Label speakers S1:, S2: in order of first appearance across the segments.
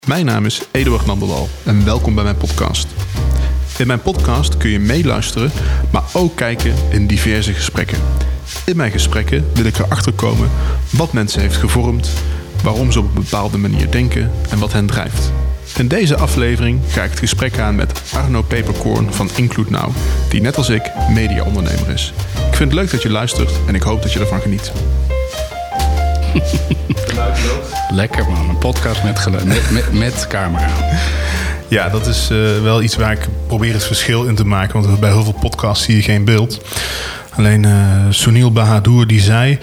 S1: Mijn naam is Eduard Nandewal en welkom bij mijn podcast. In mijn podcast kun je meeluisteren, maar ook kijken in diverse gesprekken. In mijn gesprekken wil ik erachter komen wat mensen heeft gevormd, waarom ze op een bepaalde manier denken en wat hen drijft. In deze aflevering ga ik het gesprek aan met Arno Peperkorn van Include Now, die net als ik mediaondernemer is. Ik vind het leuk dat je luistert en ik hoop dat je ervan geniet.
S2: Lekker man, een podcast met geluid, met camera.
S1: Ja, dat is wel iets waar ik probeer het verschil in te maken. Want bij heel veel podcasts zie je geen beeld. Alleen Sunil Bahadur die zei...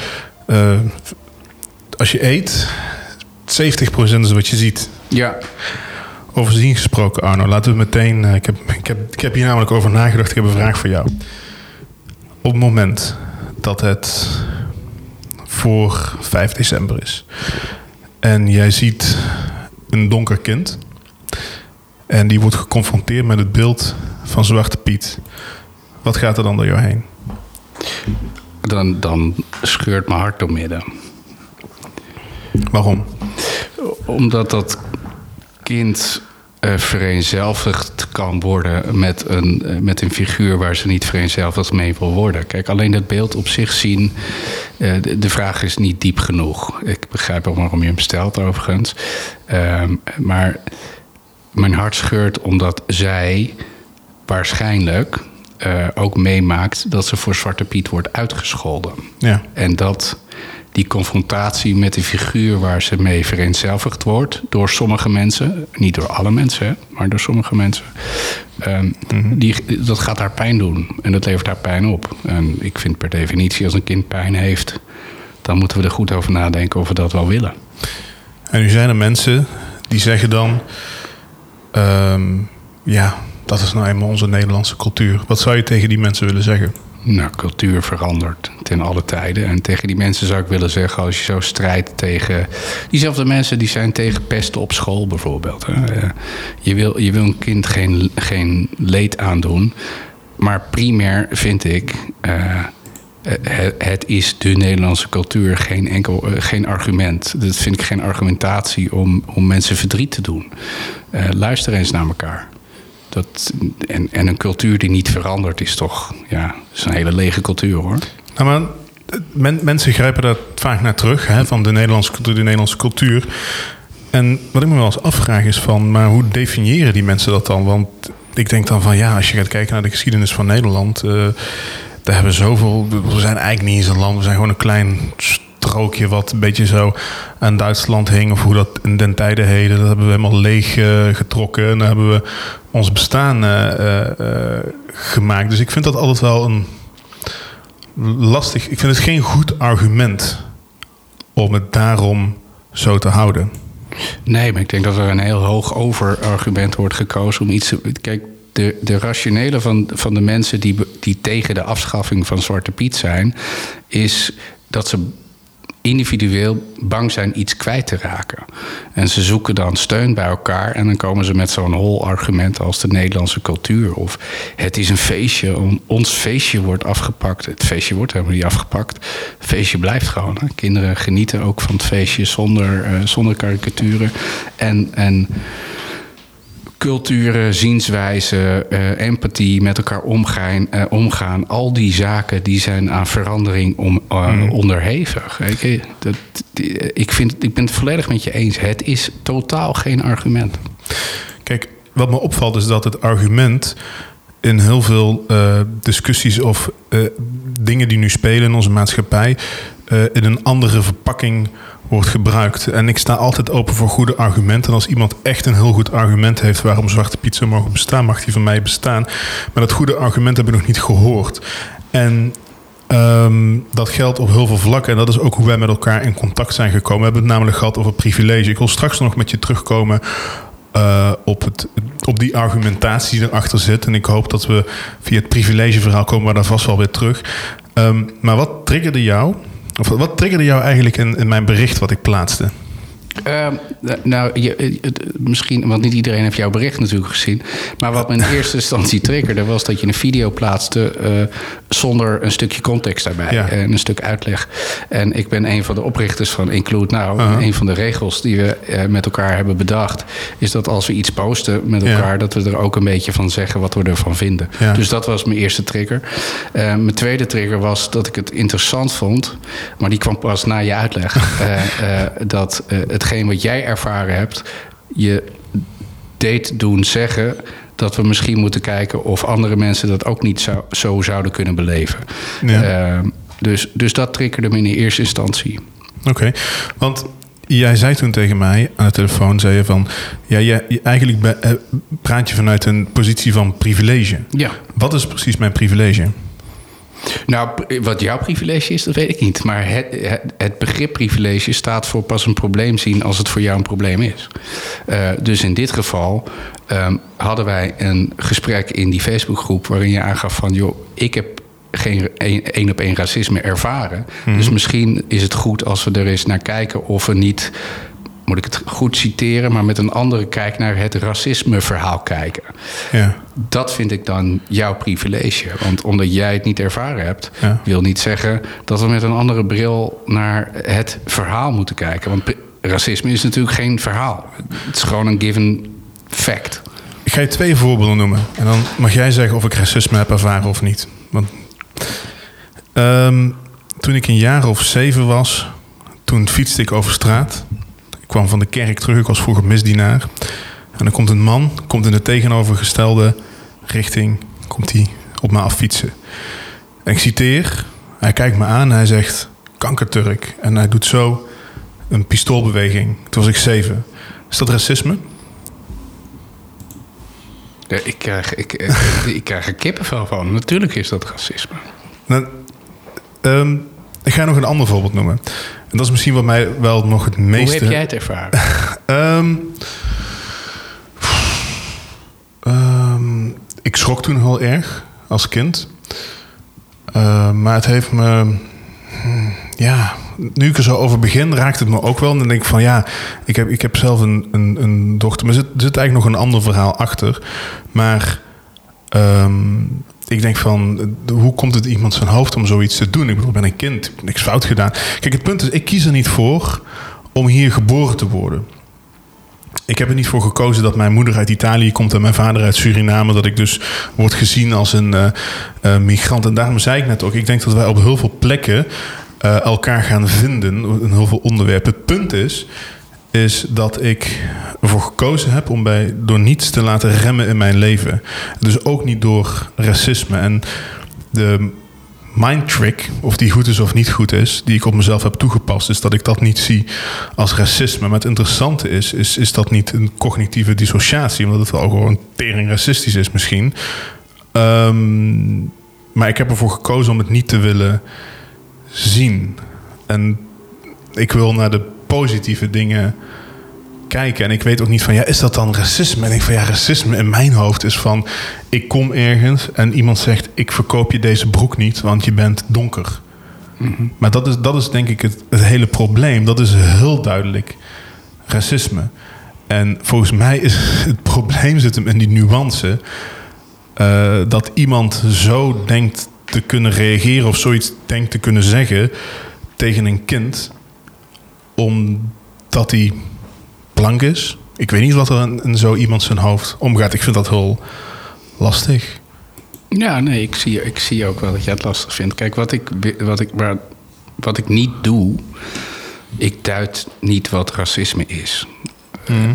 S1: als je eet, 70% is wat je ziet.
S2: Ja.
S1: Over zien gesproken, Arno. Laten we meteen... Ik heb hier namelijk over nagedacht. Ik heb een vraag voor jou. Op het moment dat het voor 5 december is... en jij ziet een donker kind... en die wordt geconfronteerd met het beeld van Zwarte Piet... wat gaat er dan door jou heen?
S2: Dan scheurt mijn hart doormidden.
S1: Waarom?
S2: Omdat dat kind vereenzelvigd kan worden met een figuur waar ze niet vereenzelvigd mee wil worden. Kijk, alleen dat beeld op zich zien, de vraag is niet diep genoeg. Ik begrijp ook waarom je hem stelt overigens. Maar mijn hart scheurt omdat zij waarschijnlijk ook meemaakt dat ze voor Zwarte Piet wordt uitgescholden. Ja. En dat die confrontatie met die figuur waar ze mee vereenzelvigd wordt door sommige mensen, niet door alle mensen, maar door sommige mensen, dat gaat haar pijn doen en dat levert haar pijn op. En ik vind per definitie, als een kind pijn heeft, dan moeten we er goed over nadenken of we dat wel willen.
S1: En nu zijn er mensen die zeggen dan, dat is nou eenmaal onze Nederlandse cultuur. Wat zou je tegen die mensen willen zeggen?
S2: Nou, cultuur verandert ten alle tijden. En tegen die mensen zou ik willen zeggen, als je zo strijdt tegen... Diezelfde mensen die zijn tegen pesten op school bijvoorbeeld. Hè. Je wil een kind geen leed aandoen. Maar primair vind ik... het is de Nederlandse cultuur geen argument. Dat vind ik geen argumentatie om mensen verdriet te doen. Luister eens naar elkaar. En een cultuur die niet verandert is toch... Ja, is een hele lege cultuur, hoor.
S1: Nou, maar mensen grijpen daar vaak naar terug, hè, van de Nederlandse cultuur. En wat ik me wel eens afvraag is van... maar hoe definiëren die mensen dat dan? Want ik denk dan van, ja, als je gaat kijken naar de geschiedenis van Nederland... daar hebben we zoveel... We zijn eigenlijk niet eens een land, we zijn gewoon een klein strookje... wat een beetje zo aan Duitsland hing... of hoe dat in den tijden heden... dat hebben we helemaal leeg getrokken... en dan hebben we ons bestaan gemaakt. Dus ik vind dat altijd wel een lastig... Ik vind het geen goed argument... om het daarom zo te houden.
S2: Nee, maar ik denk dat er een heel hoog overargument wordt gekozen... om iets... Kijk, de rationele van de mensen die tegen de afschaffing van Zwarte Piet zijn... is dat ze individueel bang zijn iets kwijt te raken. En ze zoeken dan steun bij elkaar... en dan komen ze met zo'n hol argument als de Nederlandse cultuur. Of het is een feestje, ons feestje wordt afgepakt. Het feestje wordt helemaal niet afgepakt. Het feestje blijft gewoon. Hè. Kinderen genieten ook van het feestje zonder karikaturen. En culturen, zienswijzen, empathie, met elkaar omgaan. Al die zaken die zijn aan verandering onderhevig. Ik ben het volledig met je eens. Het is totaal geen argument.
S1: Kijk, wat me opvalt is dat het argument in heel veel discussies of dingen die nu spelen in onze maatschappij... in een andere verpakking wordt gebruikt. En ik sta altijd open voor goede argumenten. En als iemand echt een heel goed argument heeft... waarom Zwarte Piet zou mogen bestaan, mag die van mij bestaan. Maar dat goede argument heb ik nog niet gehoord. En dat geldt op heel veel vlakken. En dat is ook hoe wij met elkaar in contact zijn gekomen. We hebben het namelijk gehad over privilege. Ik wil straks nog met je terugkomen... op die argumentatie die erachter zit. En ik hoop dat we via het privilegeverhaal komen... we daar vast wel weer terug. Maar wat triggerde jou... Of wat triggerde jou eigenlijk in mijn bericht wat ik plaatste?
S2: Misschien, want niet iedereen heeft jouw bericht natuurlijk gezien. Maar wat me in eerste instantie triggerde was dat je een video plaatste zonder een stukje context daarbij en een stuk uitleg. En ik ben een van de oprichters van Include Now. Een van de regels die we met elkaar hebben bedacht is dat als we iets posten met elkaar, dat we er ook een beetje van zeggen wat we ervan vinden. Ja. Dus dat was mijn eerste trigger. Mijn tweede trigger was dat ik het interessant vond, maar die kwam pas na je uitleg. Dat hetgeen wat jij ervaren hebt, je deed doen zeggen dat we misschien moeten kijken of andere mensen dat ook niet zo zouden kunnen beleven. Ja. Dus dat triggerde me in de eerste instantie.
S1: Oké, want jij zei toen tegen mij aan de telefoon, zei je van, eigenlijk praat je vanuit een positie van privilege. Ja. Wat is precies mijn privilege?
S2: Nou, wat jouw privilege is, dat weet ik niet. Maar het begrip privilege staat voor pas een probleem zien als het voor jou een probleem is. Dus in dit geval hadden wij een gesprek in die Facebookgroep waarin je aangaf van, joh, ik heb geen 1-op-1 racisme ervaren. Mm-hmm. Dus misschien is het goed als we er eens naar kijken of we niet, moet ik het goed citeren, maar met een andere kijk naar het racisme-verhaal kijken. Ja. Dat vind ik dan jouw privilege. Want omdat jij het niet ervaren hebt, wil niet zeggen dat we met een andere bril naar het verhaal moeten kijken. Want racisme is natuurlijk geen verhaal. Het is gewoon een given fact.
S1: Ik ga je 2 voorbeelden noemen. En dan mag jij zeggen of ik racisme heb ervaren of niet. Want toen ik een jaar of 7 was, toen fietste ik over straat. Ik kwam van de kerk terug, ik was vroeger misdienaar. En dan komt een man, komt in de tegenovergestelde richting, komt hij op me affietsen. En ik citeer, hij kijkt me aan en hij zegt, kankerturk. En hij doet zo een pistoolbeweging. Toen was ik 7. Is dat racisme?
S2: Ja, ik krijg er kippenvel van. Natuurlijk is dat racisme.
S1: Nou, ik ga nog een ander voorbeeld noemen. En dat is misschien wat mij wel nog het meeste...
S2: Hoe heb jij het ervaren?
S1: Ik schrok toen heel erg als kind. Maar het heeft me... nu ik er zo over begin, raakt het me ook wel. En dan denk ik van ik heb zelf een dochter. Maar er zit eigenlijk nog een ander verhaal achter. Maar ik denk van, hoe komt het iemand zijn hoofd om zoiets te doen? Ik bedoel, ik ben een kind, ik heb niks fout gedaan. Kijk, het punt is, ik kies er niet voor om hier geboren te worden. Ik heb er niet voor gekozen dat mijn moeder uit Italië komt en mijn vader uit Suriname. Dat ik dus word gezien als een migrant. En daarom zei ik net ook, ik denk dat wij op heel veel plekken elkaar gaan vinden in heel veel onderwerpen. Het punt is dat ik ervoor gekozen heb om door niets te laten remmen in mijn leven. Dus ook niet door racisme. En de mind trick, of die goed is of niet goed is, die ik op mezelf heb toegepast, is dat ik dat niet zie als racisme. Maar het interessante is dat niet een cognitieve dissociatie, omdat het wel gewoon tering racistisch is misschien. Maar ik heb ervoor gekozen om het niet te willen zien. En ik wil naar de positieve dingen kijken. En ik weet ook niet van, is dat dan racisme? En ik van, racisme in mijn hoofd is van, ik kom ergens en iemand zegt, ik verkoop je deze broek niet, want je bent donker. Mm-hmm. Maar dat is denk ik het hele probleem. Dat is heel duidelijk racisme. En volgens mij is het probleem zit hem in die nuance, dat iemand zo denkt te kunnen reageren of zoiets denkt te kunnen zeggen tegen een kind, omdat hij blank is. Ik weet niet wat er in zo iemand zijn hoofd omgaat. Ik vind dat heel lastig.
S2: Ja, nee, ik zie ook wel dat jij het lastig vindt. Kijk, wat ik niet doe, ik duid niet wat racisme is. Mm.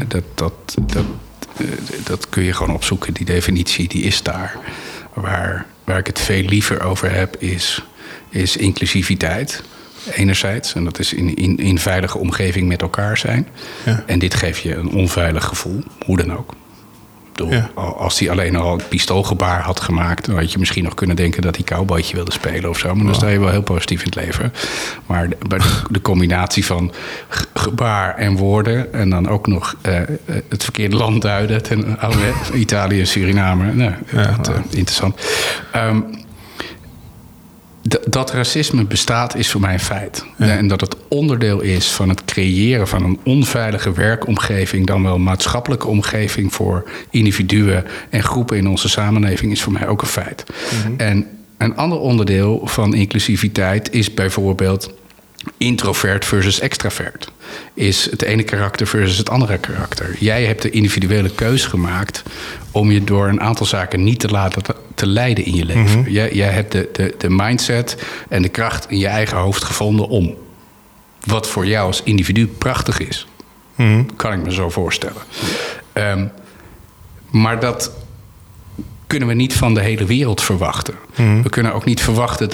S2: Dat kun je gewoon opzoeken. Die definitie, die is daar. Waar ik het veel liever over heb, is inclusiviteit. Enerzijds, en dat is in veilige omgeving met elkaar zijn. Ja. En dit geeft je een onveilig gevoel, hoe dan ook. Als hij alleen al een pistoolgebaar had gemaakt, dan had je misschien nog kunnen denken dat hij cowboytje wilde spelen of zo. Maar dan sta je wel heel positief in het leven. Maar de combinatie van gebaar en woorden en dan ook nog het verkeerde land duiden ten oude Italië en Suriname. Interessant. dat racisme bestaat is voor mij een feit.
S1: Ja.
S2: En dat het onderdeel is van het creëren van een onveilige werkomgeving, dan wel een maatschappelijke omgeving voor individuen en groepen in onze samenleving, is voor mij ook een feit. Mm-hmm. En een ander onderdeel van inclusiviteit is bijvoorbeeld introvert versus extravert. Is het ene karakter versus het andere karakter. Jij hebt de individuele keus gemaakt om je door een aantal zaken niet te laten te leiden in je leven. Mm-hmm. Jij hebt de mindset en de kracht in je eigen hoofd gevonden om wat voor jou als individu prachtig is. Mm-hmm. Kan ik me zo voorstellen. Maar dat kunnen we niet van de hele wereld verwachten. Mm-hmm. We kunnen ook niet verwachten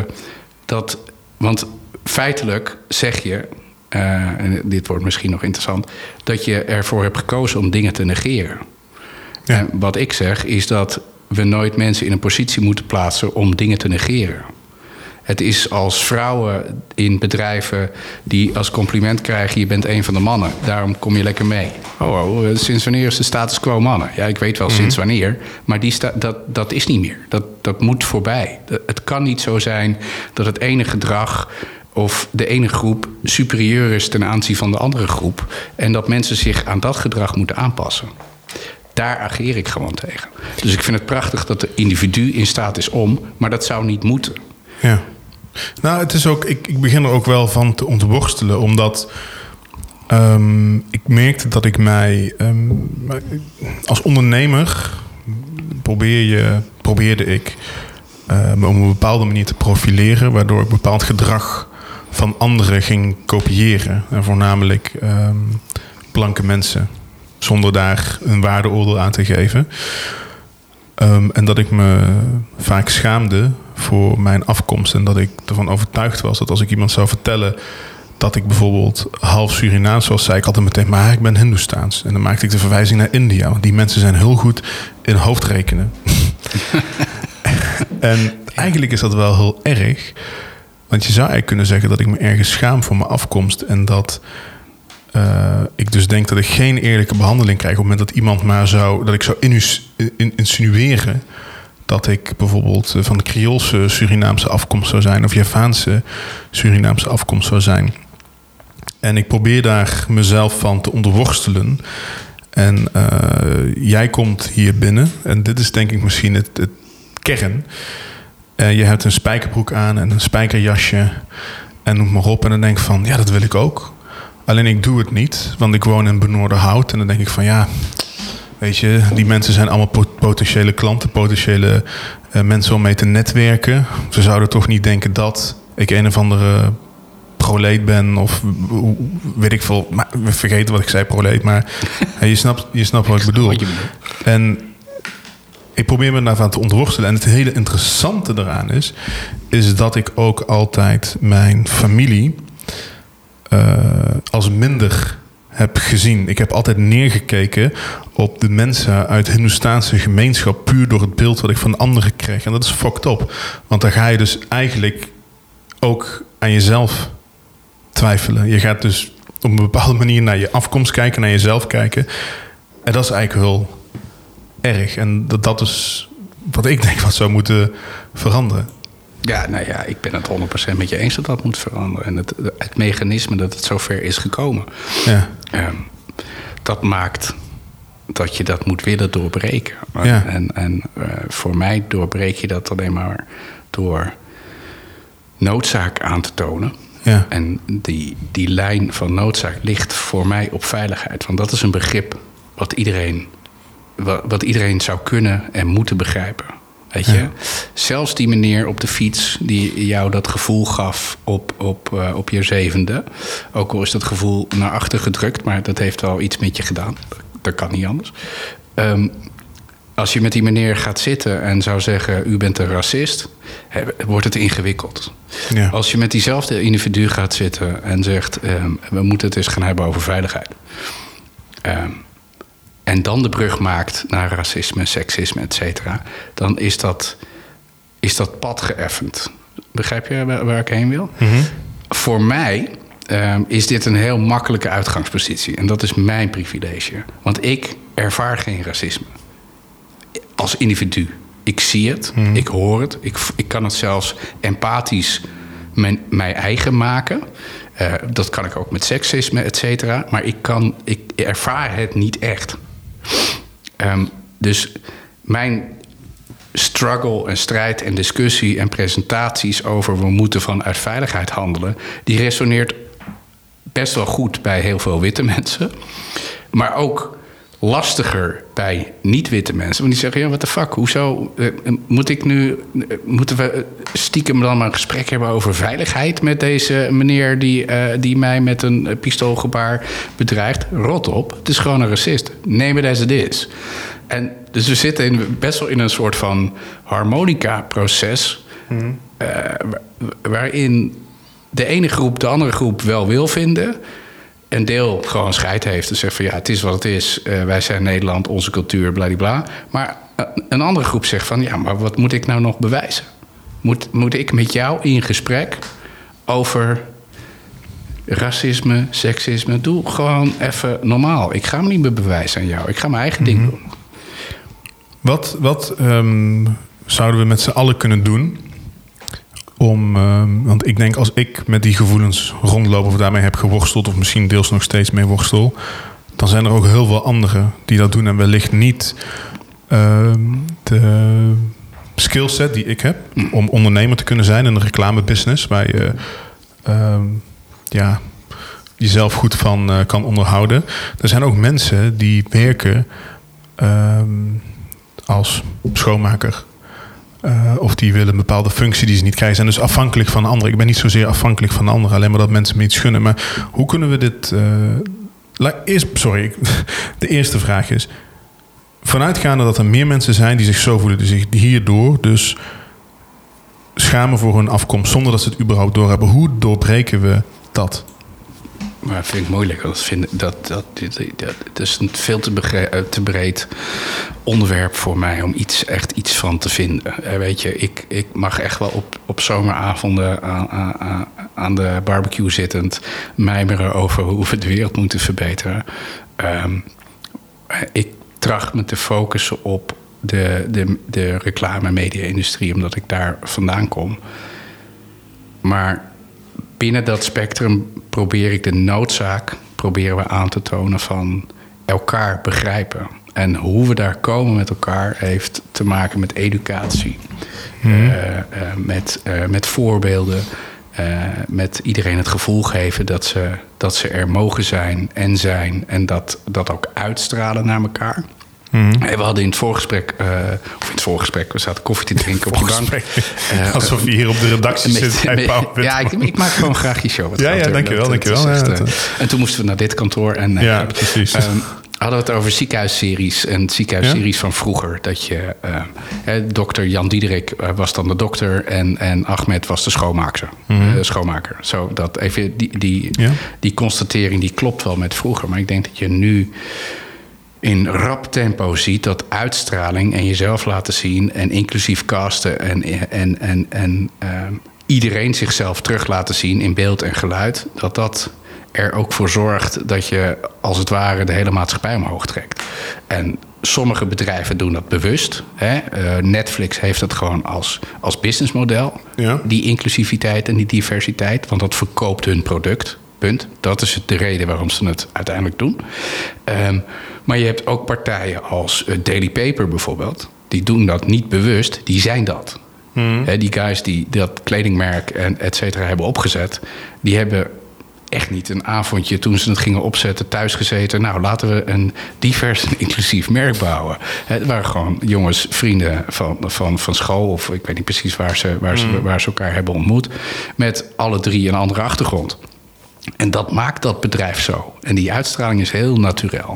S2: want feitelijk zeg je, en dit wordt misschien nog interessant, dat je ervoor hebt gekozen om dingen te negeren. Ja. En wat ik zeg is dat we nooit mensen in een positie moeten plaatsen om dingen te negeren. Het is als vrouwen in bedrijven die als compliment krijgen, je bent een van de mannen, daarom kom je lekker mee. Sinds wanneer is de status quo mannen? Ja, ik weet wel sinds wanneer, maar dat is niet meer. Dat moet voorbij. Het kan niet zo zijn dat het ene gedrag of de ene groep superieur is ten aanzien van de andere groep en dat mensen zich aan dat gedrag moeten aanpassen. Daar ageer ik gewoon tegen. Dus ik vind het prachtig dat de individu in staat is om, maar dat zou niet moeten.
S1: Ja. Nou, het is ook, ik begin er ook wel van te ontworstelen, omdat ik merkte dat ik mij als ondernemer probeerde ik me op een bepaalde manier te profileren, waardoor ik bepaald gedrag van anderen ging kopiëren. En voornamelijk blanke mensen, zonder daar een waardeoordeel aan te geven. En dat ik me vaak schaamde voor mijn afkomst. En dat ik ervan overtuigd was dat als ik iemand zou vertellen dat ik bijvoorbeeld half Surinaams was, zei ik altijd meteen, maar ik ben Hindoestaans. En dan maakte ik de verwijzing naar India. Want die mensen zijn heel goed in hoofdrekenen. En eigenlijk is dat wel heel erg. Want je zou eigenlijk kunnen zeggen dat ik me ergens schaam voor mijn afkomst. En dat ik dus denk dat ik geen eerlijke behandeling krijg op het moment dat iemand dat ik zou insinueren dat ik bijvoorbeeld van de Creoolse Surinaamse afkomst zou zijn of Javaanse Surinaamse afkomst zou zijn. En ik probeer daar mezelf van te onderworstelen. En jij komt hier binnen en dit is denk ik misschien het kern. Je hebt een spijkerbroek aan en een spijkerjasje en noem maar op. En dan denk ik van, ja, dat wil ik ook. Alleen ik doe het niet, want ik woon in Benoorderhout. En dan denk ik van, ja, weet je, die mensen zijn allemaal potentiële klanten, potentiële mensen om mee te netwerken. Ze zouden toch niet denken dat ik een of andere proleet ben of weet ik veel. Maar we vergeten wat ik zei, proleet. Maar je snapt wat ik bedoel. En ik probeer me daarvan te ontworstelen. En het hele interessante eraan is dat ik ook altijd mijn familie als minder heb gezien. Ik heb altijd neergekeken op de mensen uit de Hindoestaanse gemeenschap puur door het beeld wat ik van anderen kreeg. En dat is fucked up. Want dan ga je dus eigenlijk ook aan jezelf twijfelen. Je gaat dus op een bepaalde manier naar je afkomst kijken, naar jezelf kijken. En dat is eigenlijk heel erg. En dat is wat ik denk wat zou moeten veranderen.
S2: Ja, nou ja, ik ben het 100% met je eens dat moet veranderen. En het mechanisme dat het zover is gekomen. Ja. Dat maakt dat je dat moet willen doorbreken. Ja. En voor mij doorbreek je dat alleen maar door noodzaak aan te tonen. Ja. En die lijn van noodzaak ligt voor mij op veiligheid. Want dat is een begrip wat iedereen zou kunnen en moeten begrijpen. Weet je? Ja. Zelfs die meneer op de fiets die jou dat gevoel gaf op je 7e. Ook al is dat gevoel naar achter gedrukt, maar dat heeft wel iets met je gedaan. Dat kan niet anders. Als je met die meneer gaat zitten en zou zeggen, u bent een racist, wordt het ingewikkeld. Ja. Als je met diezelfde individu gaat zitten en zegt, we moeten het eens gaan hebben over veiligheid. En dan de brug maakt naar racisme, seksisme, et cetera, dan is dat pad geëffend. Begrijp je waar ik heen wil? Mm-hmm. Voor mij is dit een heel makkelijke uitgangspositie. En dat is mijn privilege. Want ik ervaar geen racisme. Als individu. Ik zie het, ik hoor het. Ik kan het zelfs empathisch mij eigen maken. Dat kan ik ook met seksisme, et cetera. Maar ik ervaar het niet echt. Dus mijn struggle en strijd en discussie en presentaties over we moeten vanuit veiligheid handelen, die resoneert best wel goed bij heel veel witte mensen. Maar ook lastiger bij niet-witte mensen. Want die zeggen, ja, what the fuck, hoezo moeten we stiekem dan maar een gesprek hebben over veiligheid met deze meneer die mij met een pistoolgebaar bedreigt? Rot op, het is gewoon een racist. Neem het as it is. En dus we zitten best wel in een soort van harmonica-proces, waarin de ene groep de andere groep wel wil vinden, een deel gewoon scheid heeft en zegt van ja, het is wat het is. Wij zijn Nederland, onze cultuur, bladibla. Maar een andere groep zegt van ja, maar wat moet ik nou nog bewijzen? Moet ik met jou in gesprek over racisme, seksisme? Doe gewoon even normaal. Ik ga me niet meer bewijzen aan jou. Ik ga mijn eigen ding doen.
S1: Wat zouden we met z'n allen kunnen doen want ik denk als ik met die gevoelens rondloop of daarmee heb geworsteld of misschien deels nog steeds mee worstel, dan zijn er ook heel veel anderen die dat doen en wellicht niet de skillset die ik heb om ondernemer te kunnen zijn in een reclamebusiness waar je jezelf goed van kan onderhouden. Er zijn ook mensen die werken als schoonmaker. Of die willen een bepaalde functie die ze niet krijgen. Zijn dus afhankelijk van de anderen. Ik ben niet zozeer afhankelijk van de anderen. Alleen maar dat mensen me iets gunnen. Maar hoe kunnen we dit... De eerste vraag is... Vanuitgaande dat er meer mensen zijn die zich zo voelen. Die zich hierdoor dus schamen voor hun afkomst. Zonder dat ze het überhaupt doorhebben. Hoe doorbreken we dat?
S2: Maar dat vind ik moeilijk. Dat is een veel te breed onderwerp voor mij om echt iets van te vinden. Weet je, ik mag echt wel op zomeravonden aan de barbecue zittend mijmeren over hoe we de wereld moeten verbeteren. Ik tracht me te focussen op de reclame- en media-industrie, omdat ik daar vandaan kom. Maar binnen dat spectrum proberen we aan te tonen van elkaar begrijpen. En hoe we daar komen met elkaar heeft te maken met educatie. Met voorbeelden. Met iedereen het gevoel geven dat ze er mogen zijn. En dat ook uitstralen naar elkaar. We hadden in het voorgesprek, we zaten koffie te drinken op de bank.
S1: Alsof je hier op de redactie zit.
S2: Ik maak gewoon graag je show.
S1: Dankjewel.
S2: En toen moesten we naar dit kantoor. En,
S1: precies.
S2: Hadden we het over ziekenhuisseries en ziekenhuisseries van vroeger. Dat je, dokter Jan Diederik was dan de dokter en Ahmed was de schoonmaker. Zo, dat even die constatering die klopt wel met vroeger. Maar ik denk dat je nu in rap tempo ziet dat uitstraling en jezelf laten zien en inclusief casten en iedereen zichzelf terug laten zien in beeld en geluid, dat er ook voor zorgt dat je als het ware de hele maatschappij omhoog trekt. En sommige bedrijven doen dat bewust. Netflix heeft dat gewoon als businessmodel. Ja. Die inclusiviteit en die diversiteit, want dat verkoopt hun product. Punt. Dat is de reden waarom ze het uiteindelijk doen. Maar je hebt ook partijen als Daily Paper bijvoorbeeld. Die doen dat niet bewust, die zijn dat. Die guys die dat kledingmerk en et cetera hebben opgezet, die hebben echt niet een avondje toen ze het gingen opzetten thuis gezeten. Nou, laten we een divers en inclusief merk bouwen. Het waren gewoon jongens, vrienden van school, of ik weet niet precies waar ze elkaar hebben ontmoet, met alle drie een andere achtergrond. En dat maakt dat bedrijf zo. En die uitstraling is heel naturel.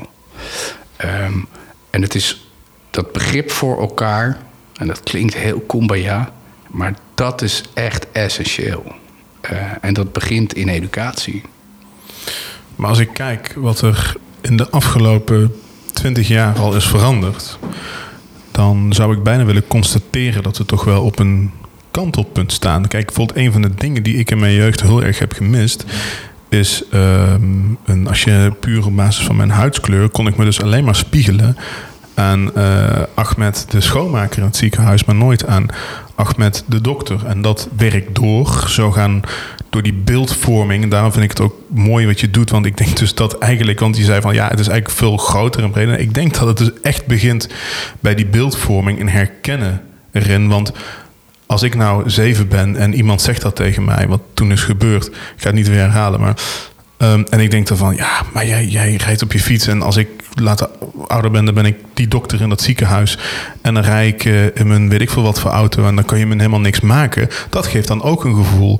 S2: En het is dat begrip voor elkaar, en dat klinkt heel kumbaya, maar dat is echt essentieel. En dat begint in educatie.
S1: Maar als ik kijk wat er in de afgelopen 20 jaar al is veranderd, dan zou ik bijna willen constateren dat we toch wel op een kantelpunt staan. Kijk, bijvoorbeeld een van de dingen die ik in mijn jeugd heel erg heb gemist, is, als je puur op basis van mijn huidskleur, kon ik me dus alleen maar spiegelen aan Ahmed de schoonmaker in het ziekenhuis, maar nooit aan Ahmed de dokter. En dat werkt door die beeldvorming. En daarom vind ik het ook mooi wat je doet. Want ik denk dus dat eigenlijk, want je zei van ja, het is eigenlijk veel groter en breder. Ik denk dat het dus echt begint bij die beeldvorming en herkennen erin. Want als ik nou 7 ben en iemand zegt dat tegen mij, wat toen is gebeurd, ik ga het niet weer herhalen, maar en ik denk dan van, ja, maar jij rijdt op je fiets en als ik later ouder ben, dan ben ik die dokter in dat ziekenhuis en dan rijd ik in mijn weet ik veel wat voor auto en dan kan je me helemaal niks maken. Dat geeft dan ook een gevoel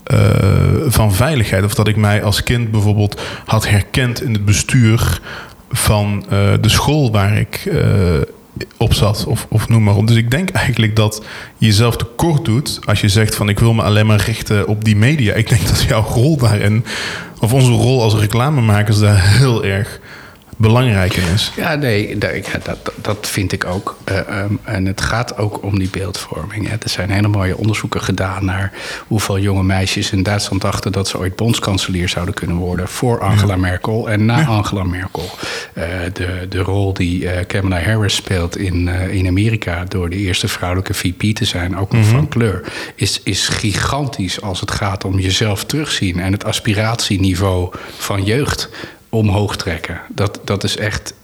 S1: van veiligheid. Of dat ik mij als kind bijvoorbeeld had herkend in het bestuur van de school waar ik op zat of noem maar op. Dus ik denk eigenlijk dat je jezelf tekort doet als je zegt van ik wil me alleen maar richten op die media. Ik denk dat jouw rol daarin, of onze rol als reclamemakers daar heel erg belangrijk in is.
S2: Ja, nee, dat vind ik ook. En het gaat ook om die beeldvorming. Hè. Er zijn hele mooie onderzoeken gedaan naar hoeveel jonge meisjes in Duitsland dachten dat ze ooit bondskanselier zouden kunnen worden voor Angela Merkel en na Angela Merkel. De rol die Kamala Harris speelt in Amerika door de eerste vrouwelijke VP te zijn, ook nog van kleur, is gigantisch als het gaat om jezelf terugzien en het aspiratieniveau van jeugd omhoog trekken. Dat is echt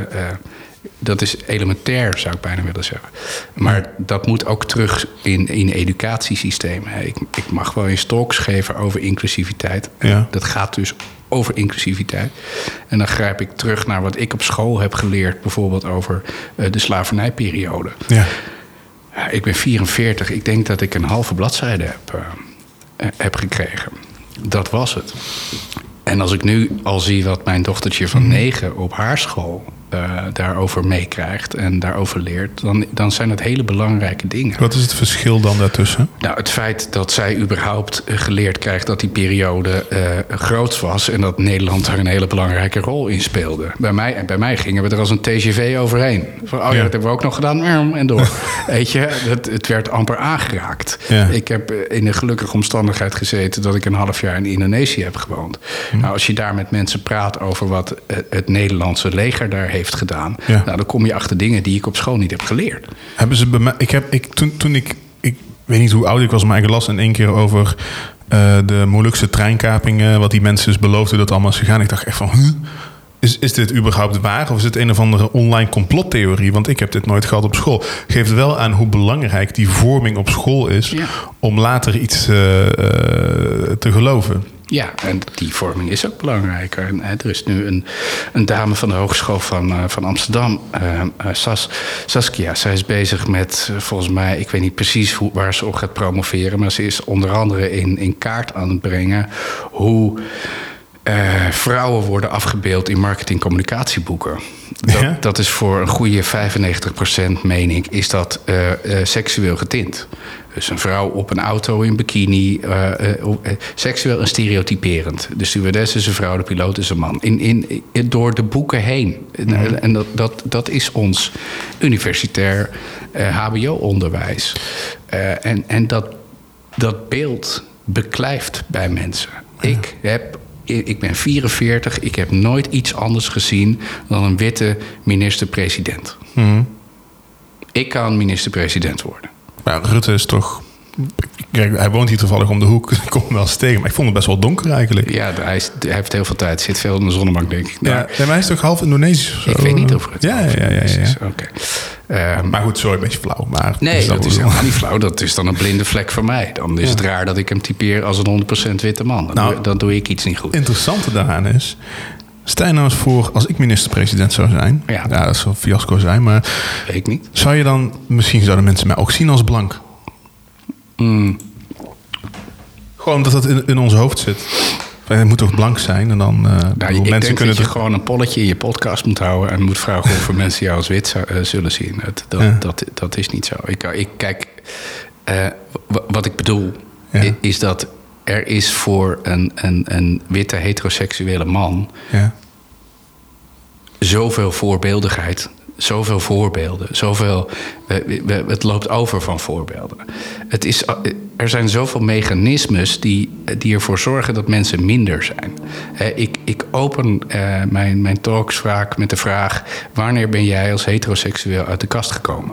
S2: dat is elementair, zou ik bijna willen zeggen. Maar dat moet ook terug in educatiesystemen. Ik mag wel eens talks geven over inclusiviteit.
S1: Ja.
S2: Dat gaat dus over inclusiviteit. En dan grijp ik terug naar wat ik op school heb geleerd, bijvoorbeeld over de slavernijperiode.
S1: Ja.
S2: Ik ben 44. Ik denk dat ik een halve bladzijde heb gekregen. Dat was het. En als ik nu al zie wat mijn dochtertje van 9 op haar school daarover meekrijgt en daarover leert, dan zijn het hele belangrijke dingen.
S1: Wat is het verschil dan daartussen?
S2: Nou, het feit dat zij überhaupt geleerd krijgt dat die periode groot was en dat Nederland daar een hele belangrijke rol in speelde. Bij mij gingen we er als een TGV overheen. Van, dat hebben we ook nog gedaan en door. Weet je, het werd amper aangeraakt. Ja. Ik heb in de gelukkige omstandigheid gezeten dat ik een half jaar in Indonesië heb gewoond. Nou, als je daar met mensen praat over wat het Nederlandse leger daar heeft gedaan, nou, dan kom je achter dingen die ik op school niet heb geleerd.
S1: Hebben ze bij mij? Toen ik weet niet hoe oud ik was, maar ik las in één keer over de Molukse treinkapingen, wat die mensen dus beloofden dat allemaal is gegaan. Ik dacht echt van, is dit überhaupt waar? Of is het een of andere online complottheorie? Want ik heb dit nooit gehad op school. Geeft wel aan hoe belangrijk die vorming op school is om later iets te geloven.
S2: Ja, en die vorming is ook belangrijk. En er is nu een dame van de Hogeschool van Amsterdam, Saskia. Zij is bezig met, volgens mij, ik weet niet precies waar ze op gaat promoveren, maar ze is onder andere in kaart aan het brengen hoe vrouwen worden afgebeeld in marketing-communicatieboeken. Dat is voor een goede 95%, meen ik, is dat seksueel getint. Dus een vrouw op een auto in bikini, seksueel en stereotyperend. De stewardess is een vrouw, de piloot is een man. Door de boeken heen. En dat is ons universitair hbo-onderwijs. En dat beeld beklijft bij mensen. Ik ben 44, ik heb nooit iets anders gezien dan een witte minister-president. Ik kan minister-president worden.
S1: Ja, Rutte is toch... Kijk, hij woont hier toevallig om de hoek. Ik kom hem wel eens tegen. Maar ik vond het best wel donker eigenlijk.
S2: Ja, hij heeft heel veel tijd. Zit veel in de zonnebank, denk ik.
S1: Nou, maar hij is toch half Indonesisch of zo?
S2: Ik weet niet of het half Indonesisch is.
S1: Okay. Maar goed, sorry, een beetje flauw. Maar
S2: nee, dat is helemaal niet flauw. Dat is dan een blinde vlek voor mij. Dan is het raar dat ik hem typeer als een 100% witte man. Dan doe ik iets niet goed. Het
S1: interessante daaraan is... Stel je nou eens voor, als ik minister-president zou zijn... Ja, dat zou een fiasco zijn, maar...
S2: Weet ik niet.
S1: Zou je dan... Misschien zouden mensen mij ook zien als blank. Gewoon omdat dat in ons hoofd zit. Het moet toch blank zijn? En dan,
S2: ik denk dat je gewoon een polletje in je podcast moet houden... en moet vragen of mensen jou als wit zullen zien. Dat is niet zo. Kijk, wat ik bedoel is dat... Er is voor een witte heteroseksuele man zoveel voorbeeldigheid, zoveel voorbeelden, zoveel. Het loopt over van voorbeelden. er zijn zoveel mechanismes die ervoor zorgen dat mensen minder zijn. Ik open mijn talks vaak met de vraag: wanneer ben jij als heteroseksueel uit de kast gekomen?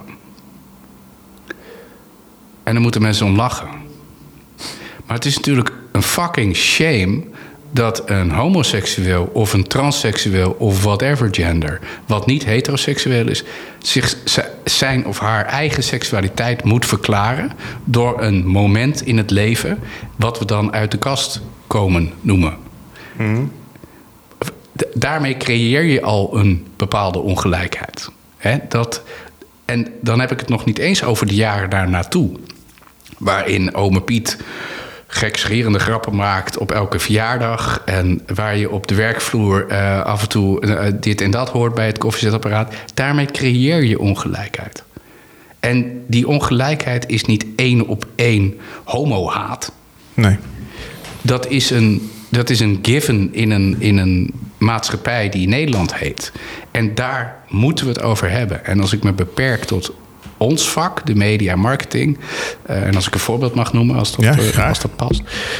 S2: En dan moeten mensen om lachen. Maar het is natuurlijk een fucking shame dat een homoseksueel of een transseksueel of whatever gender, wat niet heteroseksueel is, zijn of haar eigen seksualiteit moet verklaren door een moment in het leven wat we dan uit de kast komen noemen. Mm-hmm. Daarmee creëer je al een bepaalde ongelijkheid. En dan heb ik het nog niet eens over de jaren daarnaartoe, waarin ome Piet gekscherende grappen maakt op elke verjaardag, en waar je op de werkvloer af en toe dit en dat hoort bij het koffiezetapparaat. Daarmee creëer je ongelijkheid. En die ongelijkheid is niet 1 op 1 homohaat.
S1: Nee.
S2: Dat is een given in een maatschappij die Nederland heet. En daar moeten we het over hebben. En als ik me beperk tot ons vak, de media marketing, en als ik een voorbeeld mag noemen, als dat past,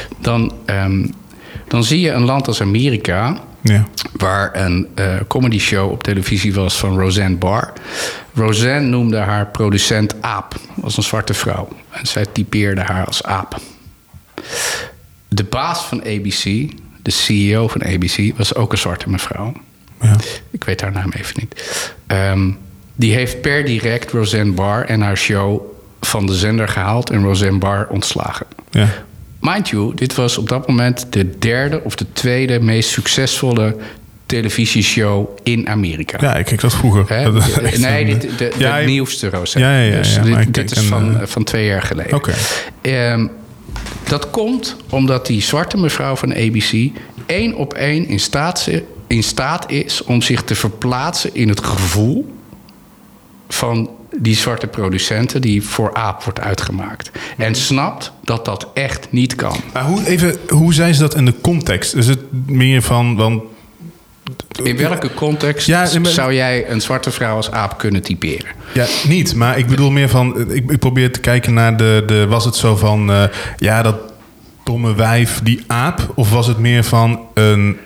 S2: dan zie je een land als Amerika, waar een comedy show op televisie was van Roseanne Barr. Roseanne noemde haar producent aap, als een zwarte vrouw. En zij typeerde haar als aap. De baas van ABC, de CEO van ABC, was ook een zwarte mevrouw. Ja. Ik weet haar naam even niet. Die heeft per direct Roseanne Barr en haar show van de zender gehaald en Roseanne Barr ontslagen. Ja. Mind you, dit was op dat moment de derde of de tweede meest succesvolle televisieshow in Amerika.
S1: Ja, ik keek dat vroeger.
S2: De nieuwste Roseanne. Dit is van 2 jaar geleden.
S1: Okay.
S2: Dat komt omdat die zwarte mevrouw van ABC 1 op 1 in staat is om zich te verplaatsen in het gevoel van die zwarte producenten die voor aap wordt uitgemaakt. En snapt dat dat echt niet kan.
S1: Maar hoe zei ze dat in de context? Is het meer van
S2: in welke context zou jij een zwarte vrouw als aap kunnen typeren?
S1: Ja, niet. Maar ik bedoel meer van, ik probeer te kijken naar was het zo van, dat domme wijf, die aap? Of was het meer van een